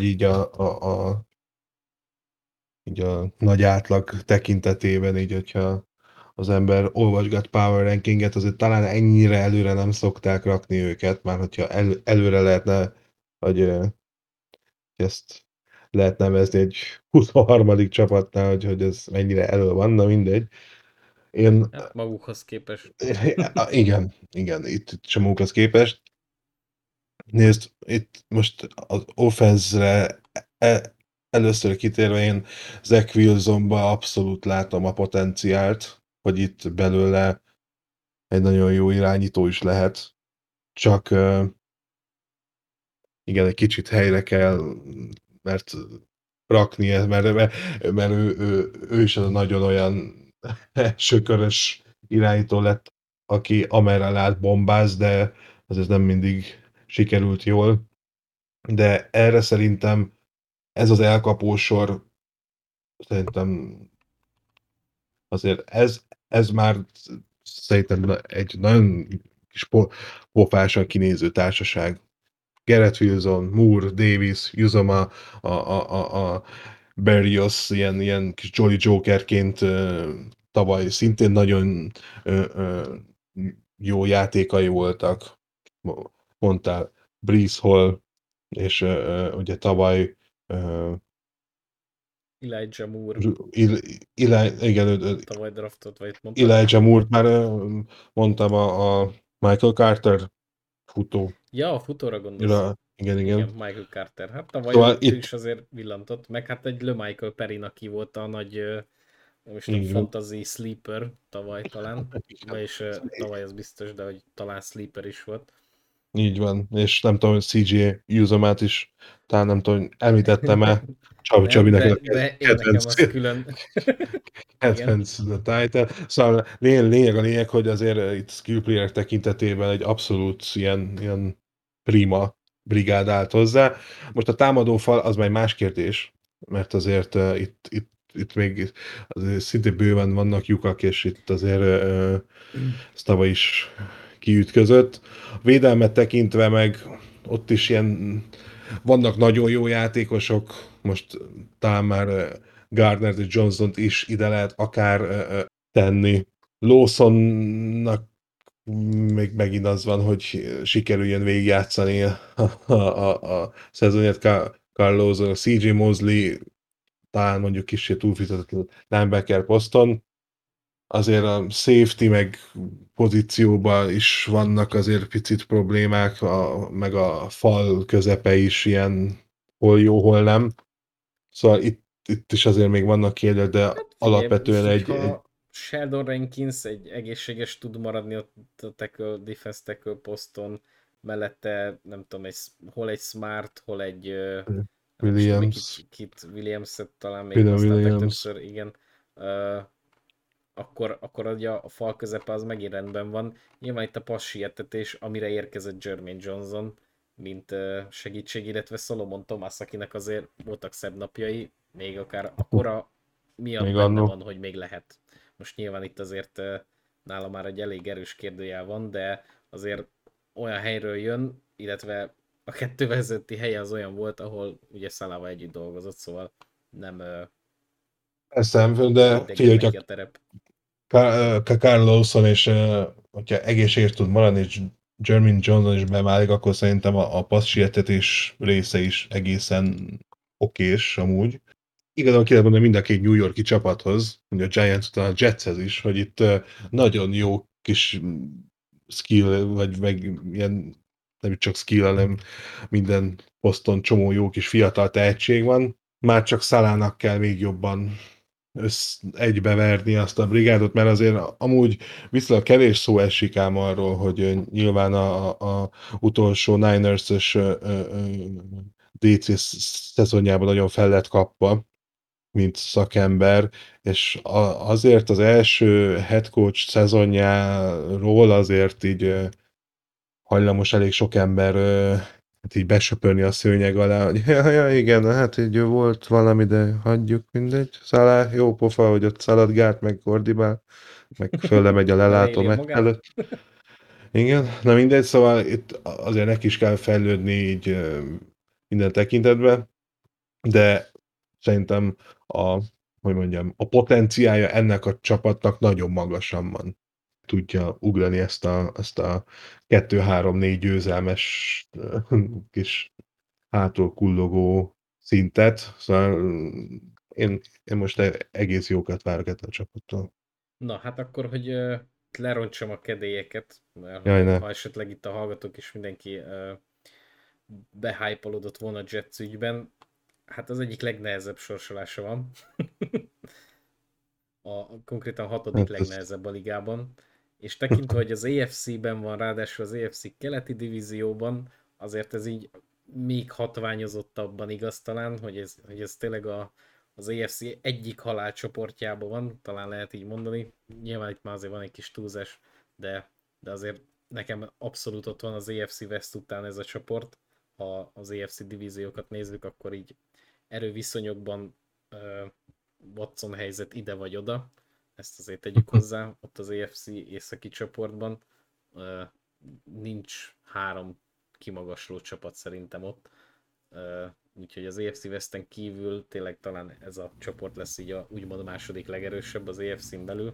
Speaker 2: így a nagy átlag tekintetében, így hogyha az ember olvasgat power rankinget, azért talán ennyire előre nem szokták rakni őket, már hogyha előre lehetne, hogy ezt lehet nevezni egy 23. csapatnál, hogy ez mennyire elő van, na mindegy. Én,
Speaker 1: Hát magukhoz képest.
Speaker 2: igen, itt sem képest. Nézd, itt most az offense-re először kitérve én Zach Wilsonba abszolút látom a potenciált, hogy itt belőle egy nagyon jó irányító is lehet. Csak igen, egy kicsit helyre kell, mert rakni, mert ő is az nagyon olyan első körös irányító lett, aki amerre lát bombáz, de az ez nem mindig sikerült jól. De erre szerintem ez az elkapósor, szerintem azért ez már szerintem egy nagyon kis pofásan kinéző társaság. Garrett Wilson, Moore, Davis, Uzoma, a Berrios ilyen kis Jolly Jokerként tavaly szintén nagyon jó játékai voltak. Mondtál Breece Hall, és ugye tavaly
Speaker 1: Elijah Moore
Speaker 2: Igen,
Speaker 1: tavaly draftot, vagy mondtad?
Speaker 2: Elijah Moore már mondtam a Michael Carter futó.
Speaker 1: Ja, a futóra gondolsz.
Speaker 2: Igen,
Speaker 1: Igen,
Speaker 2: igen.
Speaker 1: Michael Carter. Hát tavaly
Speaker 2: Szóval
Speaker 1: ő
Speaker 2: itt
Speaker 1: is azért villantott, meg hát egy Michael Perrin, aki volt a nagy, nem is tudom,
Speaker 2: így van.
Speaker 1: fantasy sleeper tavaly talán, vagyis tavaly az biztos, de hogy talán sleeper is volt.
Speaker 2: Így van, és nem tudom, hogy CJ Uzomát is, talán nem tudom, említettem-e,
Speaker 1: Nem,
Speaker 2: Csabinak ez a
Speaker 1: de én nekem
Speaker 2: kedvenc,
Speaker 1: az külön. Igen.
Speaker 2: kedvenc title. Szóval lényeg, hogy azért itt skill player tekintetében egy abszolút ilyen prima brigád állt hozzá. Most a támadófal az már egy más kérdés, mert azért itt még azért szintén bőven vannak lyukak, és itt azért ez tavaly is kiütközött. A védelmet tekintve meg ott is ilyen vannak nagyon jó játékosok, most talán már Gardner és Johnson-t is ide lehet akár tenni. Lawsonnak még megint az van, hogy sikerüljön végigjátszani a szezonját Carl Lawson, a CJ Mosley talán mondjuk kicsit túlfizetett linebacker poszton, azért a safety meg pozícióban is vannak azért picit problémák, meg a fal közepe is ilyen hol jó, hol nem. Szóval itt is azért még vannak kérdők, de
Speaker 1: Hát figyelj,
Speaker 2: alapvetően
Speaker 1: most
Speaker 2: egy
Speaker 1: hogyha Sheldon Rankins egy egészséges tud maradni ott a tackle, defense tackle poszton, mellette nem tudom, hol egy Smart, hol egy nem is tudom,
Speaker 2: Williams,
Speaker 1: Williams-et talán még
Speaker 2: William
Speaker 1: használták
Speaker 2: Williams,
Speaker 1: többször, igen. Ö, akkor ugye a fal közepe az megint rendben van. Nyilván itt a passz sietetés, amire érkezett Jermaine Johnson, mint segítség, illetve Solomon Thomas, akinek azért voltak szebb napjai, még akár a kora miatt
Speaker 2: még
Speaker 1: benne
Speaker 2: annó.
Speaker 1: van, hogy még lehet. Most nyilván itt azért nála már egy elég erős kérdőjel van, de azért olyan helyről jön, illetve a kettő vezetti helye az olyan volt, ahol ugye Szalával együtt dolgozott, szóval nem,
Speaker 2: Eszem,
Speaker 1: nem
Speaker 2: de
Speaker 1: idegen
Speaker 2: figyelj,
Speaker 1: neki
Speaker 2: hogyha
Speaker 1: a terep.
Speaker 2: Carl Lawson és hogyha egészséges tud maradni, és Jermaine Johnson is beválik, akkor szerintem a passz sietetés része is egészen okés amúgy. Igazából ki lehet mondani mind a két New Yorki csapathoz, ugye a Giants után a Jetshez is, hogy itt nagyon jó kis skill, vagy meg ilyen nem is csak skill, hanem minden poszton csomó jó kis fiatal tehetség van. Már csak Szalának kell még jobban egybeverni azt a brigádot, mert azért amúgy viszonylag kevés szó esik ám arról, hogy nyilván a utolsó Niners-ös DC szezonjában nagyon fel lett kapva, mint szakember, és azért az első head coach szezonjáról azért így hajlamos elég sok ember hát így besöpörni a szőnyeg alá, hogy ja, igen, hát így volt valami, de hagyjuk, mindegy. Szalá, jó pofa, hogy ott szaladgált, meg ordibál, meg fölle megy a lelátó
Speaker 1: Beleéli
Speaker 2: meccs
Speaker 1: magát.
Speaker 2: előtt. Igen, na mindegy, szóval itt azért neki is kell fejlődni így minden tekintetben, de szerintem hogy mondjam, a potenciálja ennek a csapatnak nagyon magasan van. Tudja ugrani ezt a 2-3-4 győzelmes kis hátul kullogó szintet. Szóval én most egész jókat várok ettől a csapattól.
Speaker 1: Na, hát akkor, hogy lerontsam a kedélyeket, mert
Speaker 2: Jaj,
Speaker 1: hogy
Speaker 2: ne.
Speaker 1: ha esetleg itt a hallgatók is mindenki behypolódott volna a Jets ügyben, hát az egyik legnehezebb sorsolása van. Konkrétan hatodik
Speaker 2: Hát ez
Speaker 1: legnehezebb a ligában. És tekintve, hogy az AFC-ben van, ráadásul az AFC keleti divízióban, azért ez így még hatványozottabban igaz talán, hogy ez tényleg az AFC egyik halálcsoportjában van, talán lehet így mondani. Nyilván itt már azért van egy kis túlzás, de azért nekem abszolút ott van az AFC West után ez a csoport. Ha az AFC divíziókat nézzük, akkor így erőviszonyokban Watson helyzet ide vagy oda. Ezt azért tegyük hozzá, ott az AFC északi csoportban nincs 3 kimagasló csapat szerintem ott. Úgyhogy az AFC Westen kívül tényleg talán ez a csoport lesz így a úgymond a második legerősebb az AFC-n belül.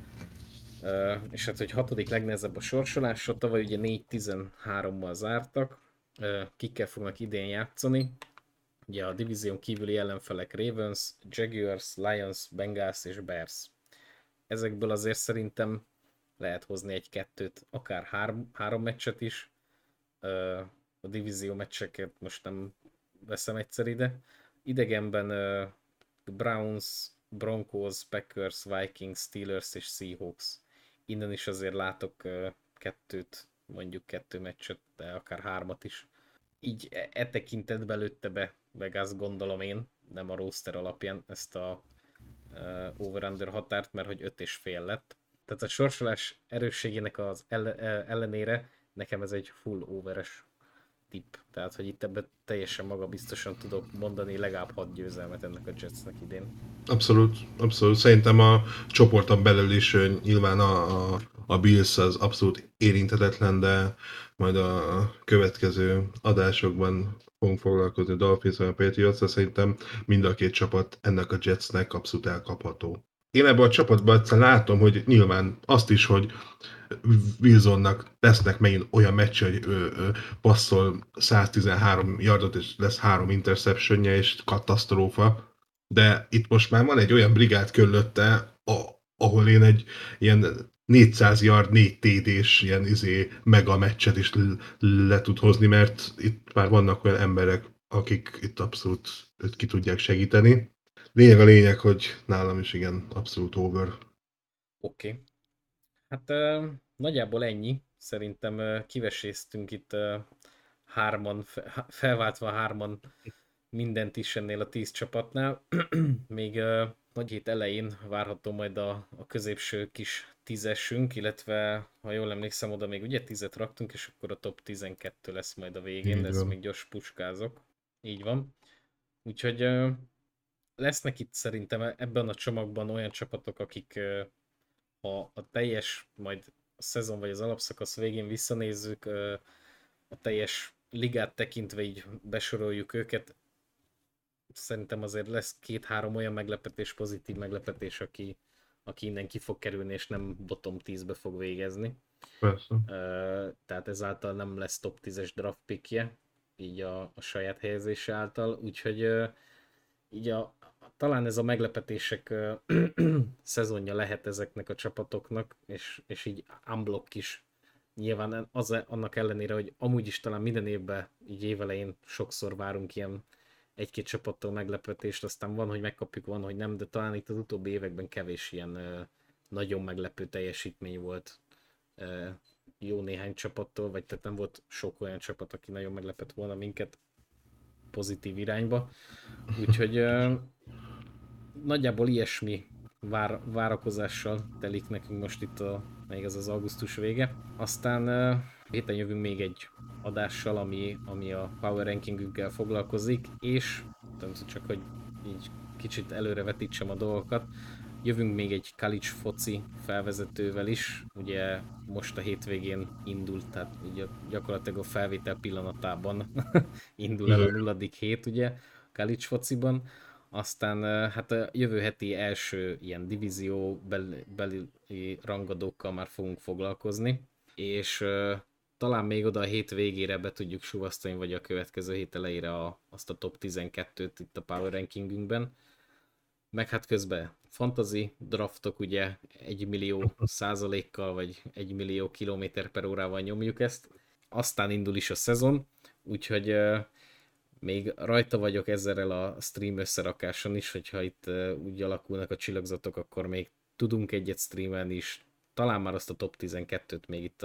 Speaker 1: És hát, hogy hatodik legnehezebb a sorsolás, ott tavaly ugye 4-13-mal zártak. Kikkel fognak idén játszani? Ugye a divízión kívüli ellenfelek Ravens, Jaguars, Lions, Bengals és Bears. Ezekből azért szerintem lehet hozni egy-kettőt, akár 3 meccset is. A divízió meccseket most nem veszem egyszer ide. Idegenben Browns, Broncos, Packers, Vikings, Steelers és Seahawks. Innen is azért látok kettőt, mondjuk 2 meccset, de akár 3 is. Így tekintetben lőtte be Vegas, gondolom én, nem a roster alapján ezt a over-under határt, mert hogy 5,5 lett. Tehát a sorsolás erősségének az ellenére nekem ez egy full overes tipp. Tehát, hogy itt ebben teljesen magabiztosan tudok mondani legalább 6 győzelmet ennek a Jetsnek idén.
Speaker 2: Abszolút, abszolút. Szerintem a csoporton belül is nyilván a Bills az abszolút érintetetlen, de majd a következő adásokban fogunk foglalkozni a Dolphins vagy a Patriots, szerintem mind a két csapat ennek a Jetsnek abszolút elkapható. Én ebben a csapatban egyszerűen látom, hogy nyilván azt is, hogy Wilsonnak lesznek megint olyan meccs, hogy passzol 113 yardot, és lesz 3 interceptionje, és katasztrófa. De itt most már van egy olyan brigád körülötte, ahol én egy ilyen 400 yard, 4 TD-s ilyen mega meccset is le tud hozni, mert itt már vannak olyan emberek, akik itt abszolút ki tudják segíteni. Lényeg, hogy nálam is igen, abszolút over.
Speaker 1: Oké. Hát nagyjából ennyi. Szerintem kiveséztünk itt hárman, felváltva 3 mindent is ennél a 10 csapatnál. Még nagy hét elején várható majd a középső kis 10-esünk, illetve ha jól emlékszem, oda még ugye 10-et raktunk, és akkor a top 12 lesz majd a végén, de ezt még gyors puskázok. Így van. Úgyhogy lesznek itt szerintem ebben a csomagban olyan csapatok, akik ha a teljes, majd a szezon vagy az alapszakasz végén visszanézzük, a teljes ligát tekintve így besoroljuk őket, szerintem azért lesz 2-3 olyan meglepetés, pozitív meglepetés, aki innen ki fog kerülni, és nem bottom 10-be fog végezni.
Speaker 2: Persze.
Speaker 1: Tehát ezáltal nem lesz top 10-es draft pickje, így a saját helyezése által, úgyhogy így talán ez a meglepetések szezonja lehet ezeknek a csapatoknak, és így unblock is. Nyilván annak ellenére, hogy amúgy is talán minden évben, így évelején sokszor várunk ilyen 1-2 csapattól meglepetést, aztán van, hogy megkapjuk, van, hogy nem, de talán itt az utóbbi években kevés ilyen nagyon meglepő teljesítmény volt jó néhány csapattól, vagy tehát nem volt sok olyan csapat, aki nagyon meglepett volna minket pozitív irányba. Úgyhogy nagyjából ilyesmi várakozással telik nekünk most itt még az augusztus vége. Aztán héten jövünk még egy adással, ami a Power Rankingünkkel foglalkozik, és csak hogy így kicsit előrevetítsem a dolgokat, jövünk még egy college foci felvezetővel is, ugye most a hétvégén indult, tehát ugye gyakorlatilag a felvétel pillanatában indul el a 0. hét, ugye, college fociban. Aztán hát a jövő heti első ilyen divízió beli rangadókkal már fogunk foglalkozni, és talán még oda a hét végére be tudjuk suvasztani, vagy a következő hét elejére azt a top 12-t itt a Power Rankingünkben. Meg hát közben fantasy draftok, ugye 1 millió százalékkal, vagy 1 millió km/órával nyomjuk ezt. Aztán indul is a szezon, úgyhogy még rajta vagyok ezzel a stream összerakáson is, hogyha itt úgy alakulnak a csillagzatok, akkor még tudunk egyet streamelni is. Talán már azt a top 12-t még itt a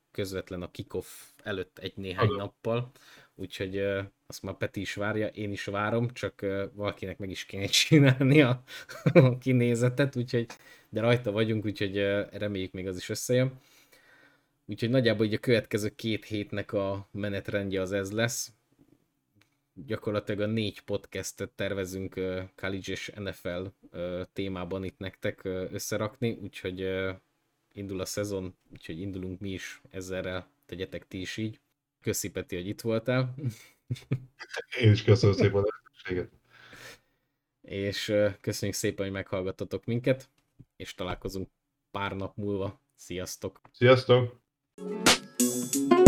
Speaker 1: közvetlen a kickoff előtt egy néhány nappal, úgyhogy azt már Peti is várja, én is várom, csak valakinek meg is kéne csinálni a kinézetet, úgyhogy, de rajta vagyunk, úgyhogy reméljük még az is összejön. Úgyhogy nagyjából így a következő 2 hétnek a menetrendje az ez lesz. Gyakorlatilag a 4 podcastet tervezünk college és NFL témában itt nektek összerakni, úgyhogy indul a szezon, úgyhogy indulunk mi is ezzel, tegyetek ti is így. Köszi Peti, hogy itt voltál.
Speaker 2: Én is köszönöm szépen a lehetőséget.
Speaker 1: És köszönjük szépen, hogy meghallgattatok minket, és találkozunk pár nap múlva. Sziasztok!
Speaker 2: Sziasztok!